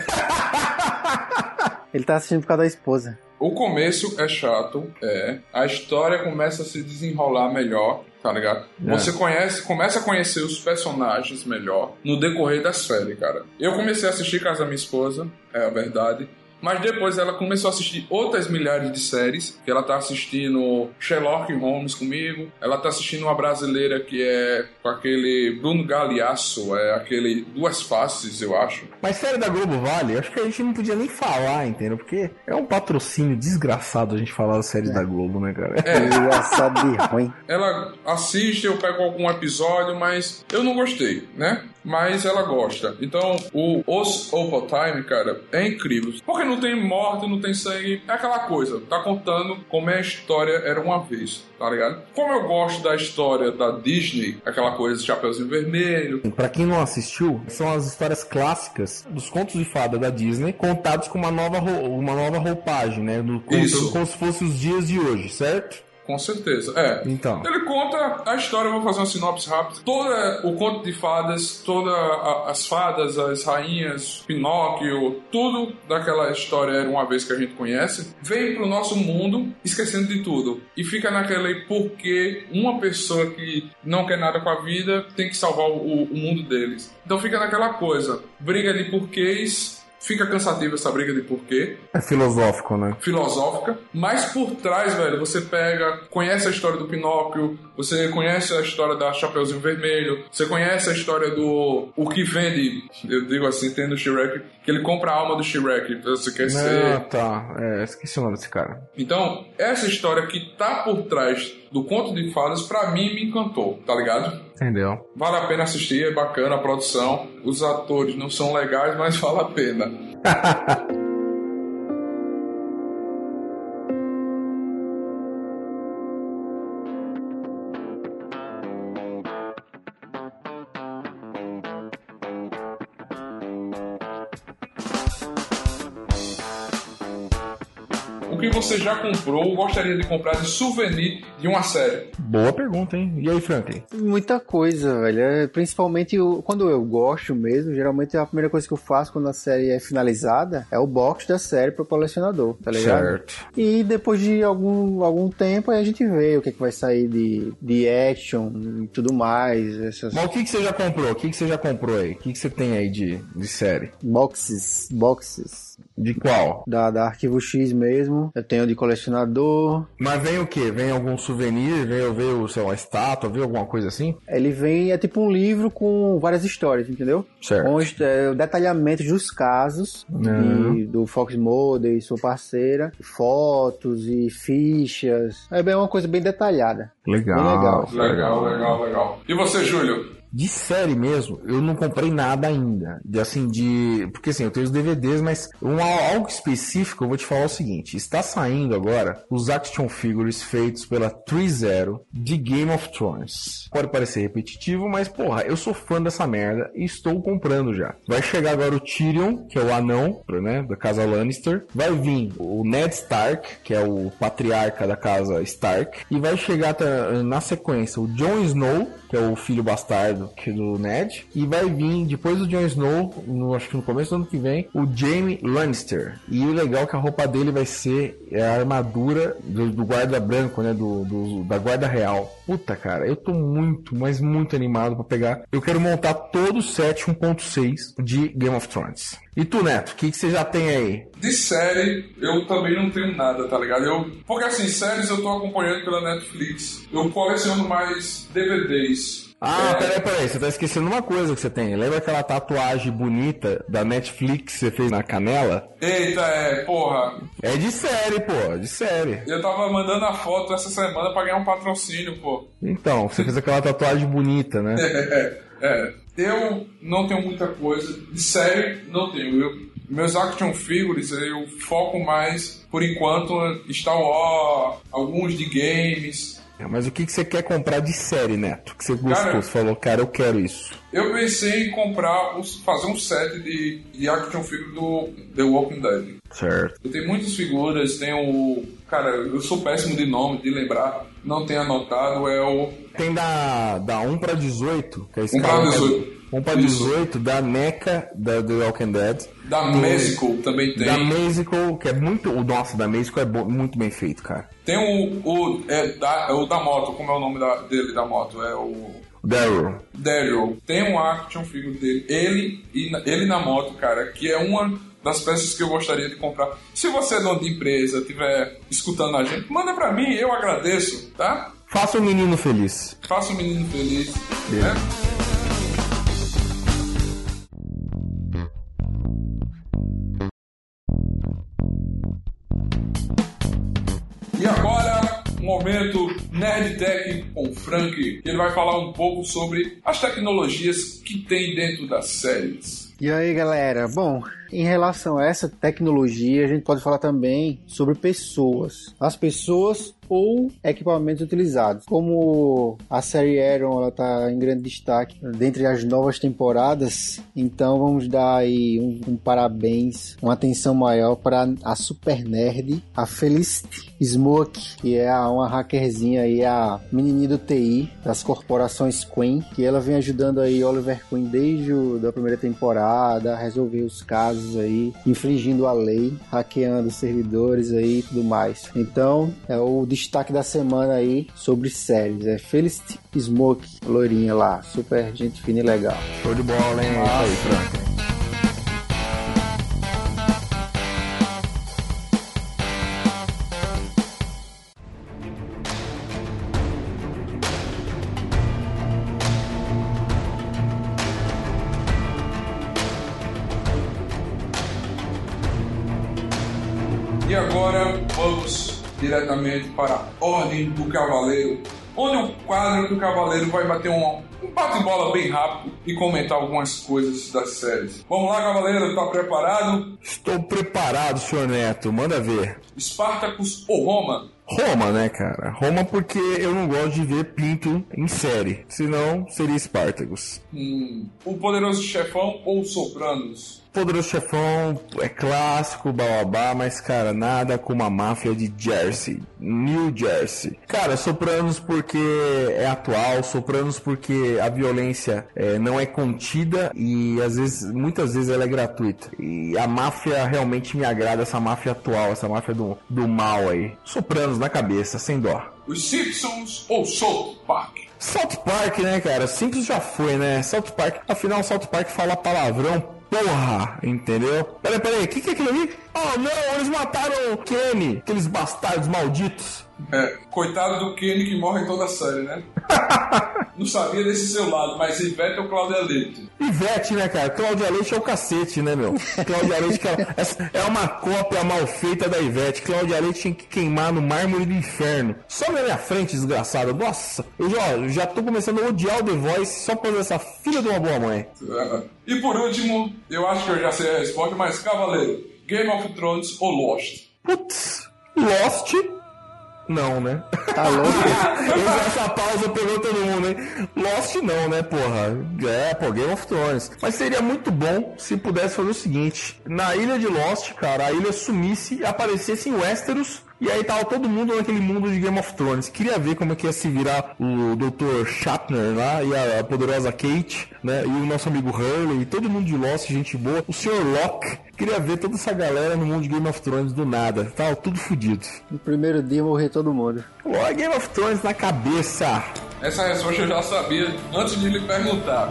Ele tá assistindo por causa da esposa. O começo é chato, a história começa a se desenrolar melhor, tá ligado? Você começa a conhecer os personagens melhor no decorrer da série, cara. Eu comecei a assistir Casa da Minha Esposa, é a verdade. Mas depois ela começou a assistir outras milhares de séries, que ela tá assistindo Sherlock Holmes comigo, ela tá assistindo uma brasileira que é com aquele Bruno Galhaço, aquele Duas Faces, eu acho. Mas série da Globo vale? Acho que a gente não podia nem falar, entendeu? Porque é um patrocínio desgraçado a gente falar das séries da Globo, né, cara? Engraçado de ruim. Ela assiste, eu pego algum episódio, mas eu não gostei, né? Mas ela gosta. Então, o Once Upon a Time, cara, é incrível. Porque não tem morte, não tem sangue. É aquela coisa. Tá contando como a história era uma vez, tá ligado? Como eu gosto da história da Disney, aquela coisa de Chapeuzinho Vermelho. Pra quem não assistiu, são as histórias clássicas dos contos de fada da Disney, contados com uma nova roupagem, né? Contando como se fossem os dias de hoje, certo? Com certeza, Então. Ele conta a história, eu vou fazer uma sinopse rápida. Todo o conto de fadas, todas as fadas, as rainhas, Pinóquio, tudo daquela história era uma vez que a gente conhece, vem pro nosso mundo esquecendo de tudo. E fica naquele porquê uma pessoa que não quer nada com a vida tem que salvar o mundo deles. Então fica naquela coisa, briga de porquês. Fica cansativo essa briga de porquê. É filosófico, né? Filosófica. Mas por trás, velho, você conhece a história do Pinóquio, você conhece a história da Chapeuzinho Vermelho, você conhece a história do... O que vende, eu digo assim, tem no Shrek, que ele compra a alma do Shrek. Você quer ser... Ah, tá. Esqueci o nome desse cara. Então, essa história que tá por trás do conto de fadas, pra mim, me encantou, tá ligado? Entendeu? Vale a pena assistir, é bacana a produção. Os atores não são legais, mas vale a pena. O que você já comprou ou gostaria de comprar de souvenir de uma série? Boa pergunta, hein? E aí, Franklin? Muita coisa, velho. Principalmente quando eu gosto mesmo, geralmente a primeira coisa que eu faço quando a série é finalizada é o box da série pro colecionador, tá ligado? Certo. E depois de algum tempo aí a gente vê o que vai sair de action e tudo mais. Mas o que você já comprou? O que você já comprou aí? O que você tem aí de série? Boxes. De qual? Da Arquivo X mesmo. Eu tenho de colecionador. Mas vem o quê? Vem algum souvenir? Veio, sei lá, uma estátua? Veio alguma coisa assim? Ele vem, é tipo um livro com várias histórias, entendeu? Certo. Onde é o detalhamento dos casos do Fox Mulder e sua parceira, fotos e fichas. É bem uma coisa bem detalhada. Legal. Bem legal. Legal. E você, Júlio? De série mesmo, eu não comprei nada ainda. Porque assim, eu tenho os DVDs, mas algo específico, eu vou te falar o seguinte. Está saindo agora os action figures feitos pela 3-0 de Game of Thrones. Pode parecer repetitivo, mas porra, eu sou fã dessa merda e estou comprando já. Vai chegar agora o Tyrion, que é o anão, né, da casa Lannister. Vai vir o Ned Stark, que é o patriarca da casa Stark. E vai chegar na sequência o Jon Snow, que é o filho bastardo do Ned, e vai vir, depois do Jon Snow, acho que no começo do ano que vem, o Jaime Lannister. E o legal é que a roupa dele vai ser a armadura do guarda branco, né, da guarda real. Puta, cara, eu tô muito, mas muito animado pra pegar. Eu quero montar todo o set 1.6 de Game of Thrones. E tu, Neto, o que você já tem aí? De série, eu também não tenho nada, tá ligado? Porque assim, séries eu tô acompanhando pela Netflix. Eu coleciono mais DVDs. Peraí, você tá esquecendo uma coisa que você tem. Lembra aquela tatuagem bonita da Netflix que você fez na canela? Eita, porra. É de série, pô, de série. Eu tava mandando a foto essa semana pra ganhar um patrocínio, pô. Então, você fez aquela tatuagem bonita, né? Eu não tenho muita coisa. De série, não tenho. Meus action figures, eu foco mais, por enquanto, Star Wars, alguns de games. Mas o que você quer comprar de série, Neto? Que você gostou? Cara, você falou, cara, eu quero isso. Eu pensei em fazer um set de action figure do The Walking Dead. Certo. Eu tenho muitas figuras, Cara, eu sou péssimo de nome, de lembrar, não tenho anotado, Tem da 1 pra 18, que é esse 1 pra 18. 1 pra 18, da NECA, da The Walking Dead. Da Mesico também tem. Da Mesico, que é muito... Nossa, da Mesico é muito bem feito, cara. Tem o da moto, como é o nome dele da moto? É o... Daryl. Tem um action figure dele, ele na moto, cara, que é uma das peças que eu gostaria de comprar. Se você é dono de empresa, estiver escutando a gente, manda pra mim, eu agradeço, tá? Faça o menino feliz. Faça o menino feliz, né? E agora, momento Nerd Tech com o Frank. Ele vai falar um pouco sobre as tecnologias que tem dentro das séries. E aí, galera? Bom, em relação a essa tecnologia, a gente pode falar também sobre pessoas. As pessoas ou equipamentos utilizados. Como a série Arrow está em grande destaque dentre as novas temporadas, então vamos dar aí um parabéns, uma atenção maior para a Super Nerd, a Felicity Smoke, que é uma hackerzinha aí, a menininha do TI das corporações Queen, que ela vem ajudando aí Oliver Queen desde a primeira temporada a resolver os casos aí, infringindo a lei, hackeando os servidores aí e tudo mais. Então, é o destaque da semana aí sobre séries. É Felicity Smoke, loirinha lá, super gente fina e legal. Show de bola, hein? É isso aí, Frank. E agora vamos diretamente para a Ordem do Cavaleiro, onde o quadro do Cavaleiro vai bater um bate-bola bem rápido e comentar algumas coisas das séries. Vamos lá, Cavaleiro, tá preparado? Estou preparado, senhor Neto, manda ver. Spartacus ou Roma? Roma, né, cara? Roma porque eu não gosto de ver pinto em série, senão seria Spartacus. O Poderoso Chefão ou Sopranos? Poderoso Chefão é clássico, bababá, mas, cara, nada como a máfia de Jersey, New Jersey. Cara, Sopranos porque é atual, Sopranos porque a violência não é contida e, muitas vezes ela é gratuita. E a máfia realmente me agrada, essa máfia atual, essa máfia do mal aí. Sopranos na cabeça, sem dó. Os Simpsons ou South Park? South Park, né, cara? Simples já foi, né? South Park, afinal, South Park fala palavrão porra, entendeu? Peraí, o que é aquilo ali? Oh, não, eles mataram o Kenny, aqueles bastardos malditos. Coitado do Kenny que morre em toda a série, né? Não sabia desse seu lado, mas Ivete ou Cláudia Leite? Ivete, né, cara? Cláudia Leite é o cacete, né, meu? Cláudia Leite é uma cópia mal feita da Ivete. Cláudia Leite tinha que queimar no mármore do inferno. Só na minha frente, desgraçado. Nossa, eu já tô começando a odiar o The Voice só por causa dessa filha de uma boa mãe. E por último, eu acho que eu já sei a resposta, mas Cavaleiro, Game of Thrones ou Lost? Putz, Lost... Não, né? Tá louco? Essa pausa pegou todo mundo, hein? Lost não, né, porra? Game of Thrones. Mas seria muito bom se pudesse fazer o seguinte. Na ilha de Lost, cara, a ilha sumisse e aparecesse em Westeros. E aí tava todo mundo naquele mundo de Game of Thrones. Queria ver como é que ia se virar o Dr. Shatner lá, e a poderosa Kate, né? E o nosso amigo Hurley, e todo mundo de Lost, gente boa. O Sr. Locke. Queria ver toda essa galera no mundo de Game of Thrones do nada. Tava tudo fodido. No primeiro dia morrer todo mundo. Ó, Game of Thrones na cabeça. Essa resposta eu já sabia antes de lhe perguntar.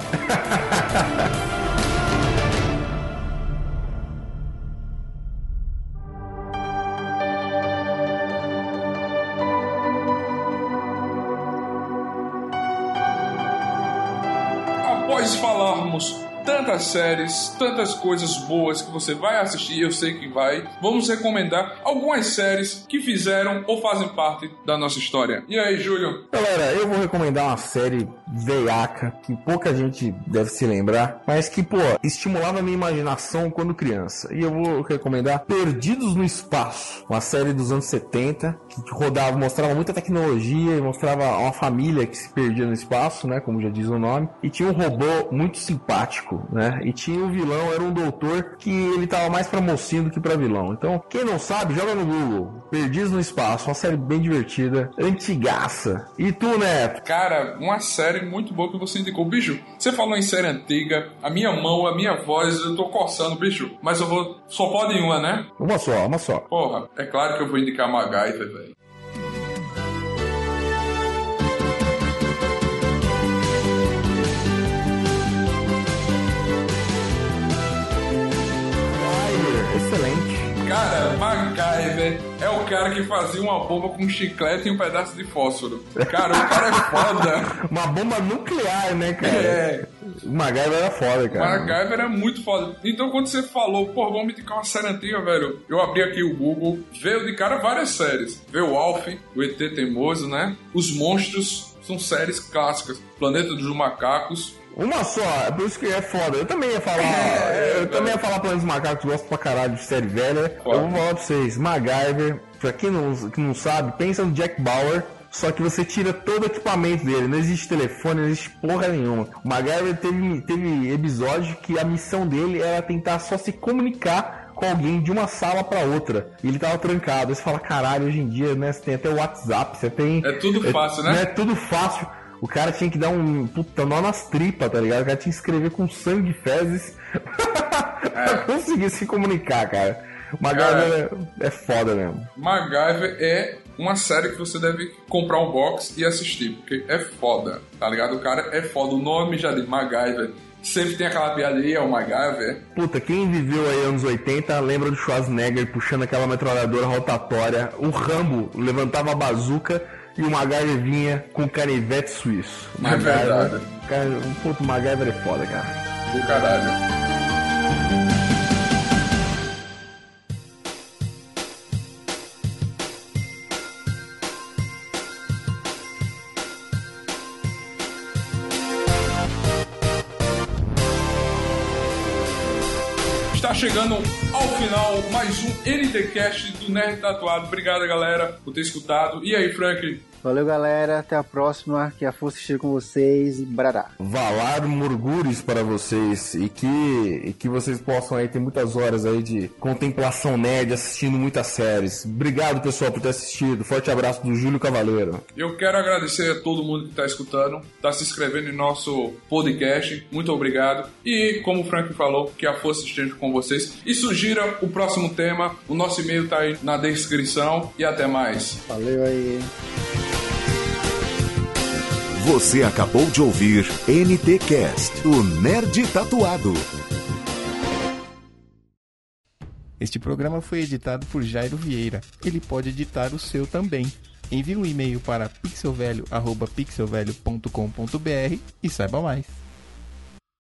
Após falarmos tantas séries, tantas coisas boas que você vai assistir, eu sei que vai, vamos recomendar algumas séries que fizeram ou fazem parte da nossa história. E aí, Júlio? Galera, eu vou recomendar uma série veiaca que pouca gente deve se lembrar, mas que, pô, estimulava a minha imaginação quando criança. E eu vou recomendar Perdidos no Espaço, uma série dos anos 70, que rodava, mostrava muita tecnologia e mostrava uma família que se perdia no espaço, né, como já diz o nome, e tinha um robô muito simpático, né? E tinha o vilão, era um doutor que ele tava mais pra mocinho do que pra vilão. Então, quem não sabe, joga no Google. Perdidos no Espaço, uma série bem divertida, antigaça. E tu, Neto? Cara, uma série muito boa que você indicou. Bicho, você falou em série antiga, a minha mão, a minha voz, eu tô coçando, bicho. Mas eu vou... Só pode uma, né? Uma só. Porra, é claro que eu vou indicar MacGyver, velho. Excelente. Cara, MacGyver é o cara que fazia uma bomba com um chiclete e um pedaço de fósforo. Cara, o cara é foda. Uma bomba nuclear, né, cara? É. O MacGyver era foda, cara. MacGyver era muito foda. Então, quando você falou, pô, vamos indicar uma série antiga, velho, eu abri aqui o Google, veio de cara várias séries. Veio o Alf, o ET Teimoso, né? Os Monstros, são séries clássicas. Planeta dos Macacos. Uma só, é por isso que é foda. Eu também ia falar. Também ia falar Planeta dos Macacos, gosto pra caralho de série velha. Foda. Eu vou falar pra vocês, MacGyver, pra quem não sabe, pensa no Jack Bauer. Só que você tira todo o equipamento dele. Não existe telefone, não existe porra nenhuma. O MacGyver teve episódio que a missão dele era tentar só se comunicar com alguém de uma sala pra outra. E ele tava trancado. Aí você fala, caralho, hoje em dia, né? Você tem até o WhatsApp, você tem... É tudo fácil, né? É tudo fácil. O cara tinha que dar um puta nó nas tripas, tá ligado? O cara tinha que escrever com sangue e fezes pra conseguir se comunicar, cara. MacGyver é foda mesmo. MacGyver é uma série que você deve comprar um box e assistir, porque é foda, tá ligado? O cara é foda, o nome já de MacGyver. Sempre tem aquela piada aí, é o MacGyver. Puta, quem viveu aí anos 80 lembra do Schwarzenegger puxando aquela metralhadora rotatória. O Rambo levantava a bazuca e o MacGyver vinha com canivete suíço. É verdade. O MacGyver é foda, cara. Do caralho. Está chegando ao final mais um NTCast do Nerd Tatuado. Obrigado, galera, por ter escutado. E aí, Franklin? Valeu, galera. Até a próxima. Que a força esteja com vocês e brará. Valar Morgures para vocês e que vocês possam aí ter muitas horas aí de contemplação nerd assistindo muitas séries. Obrigado, pessoal, por ter assistido. Forte abraço do Júlio Cavaleiro. Eu quero agradecer a todo mundo que está escutando, está se inscrevendo em nosso podcast. Muito obrigado. E, como o Frank falou, que a força esteja com vocês. E sugira o próximo tema. O nosso e-mail está aí na descrição. E até mais. Valeu aí. Você acabou de ouvir NTCast, o Nerd Tatuado. Este programa foi editado por Jairo Vieira. Ele pode editar o seu também. Envie um e-mail para pixelvelho@pixelvelho.com.br e saiba mais.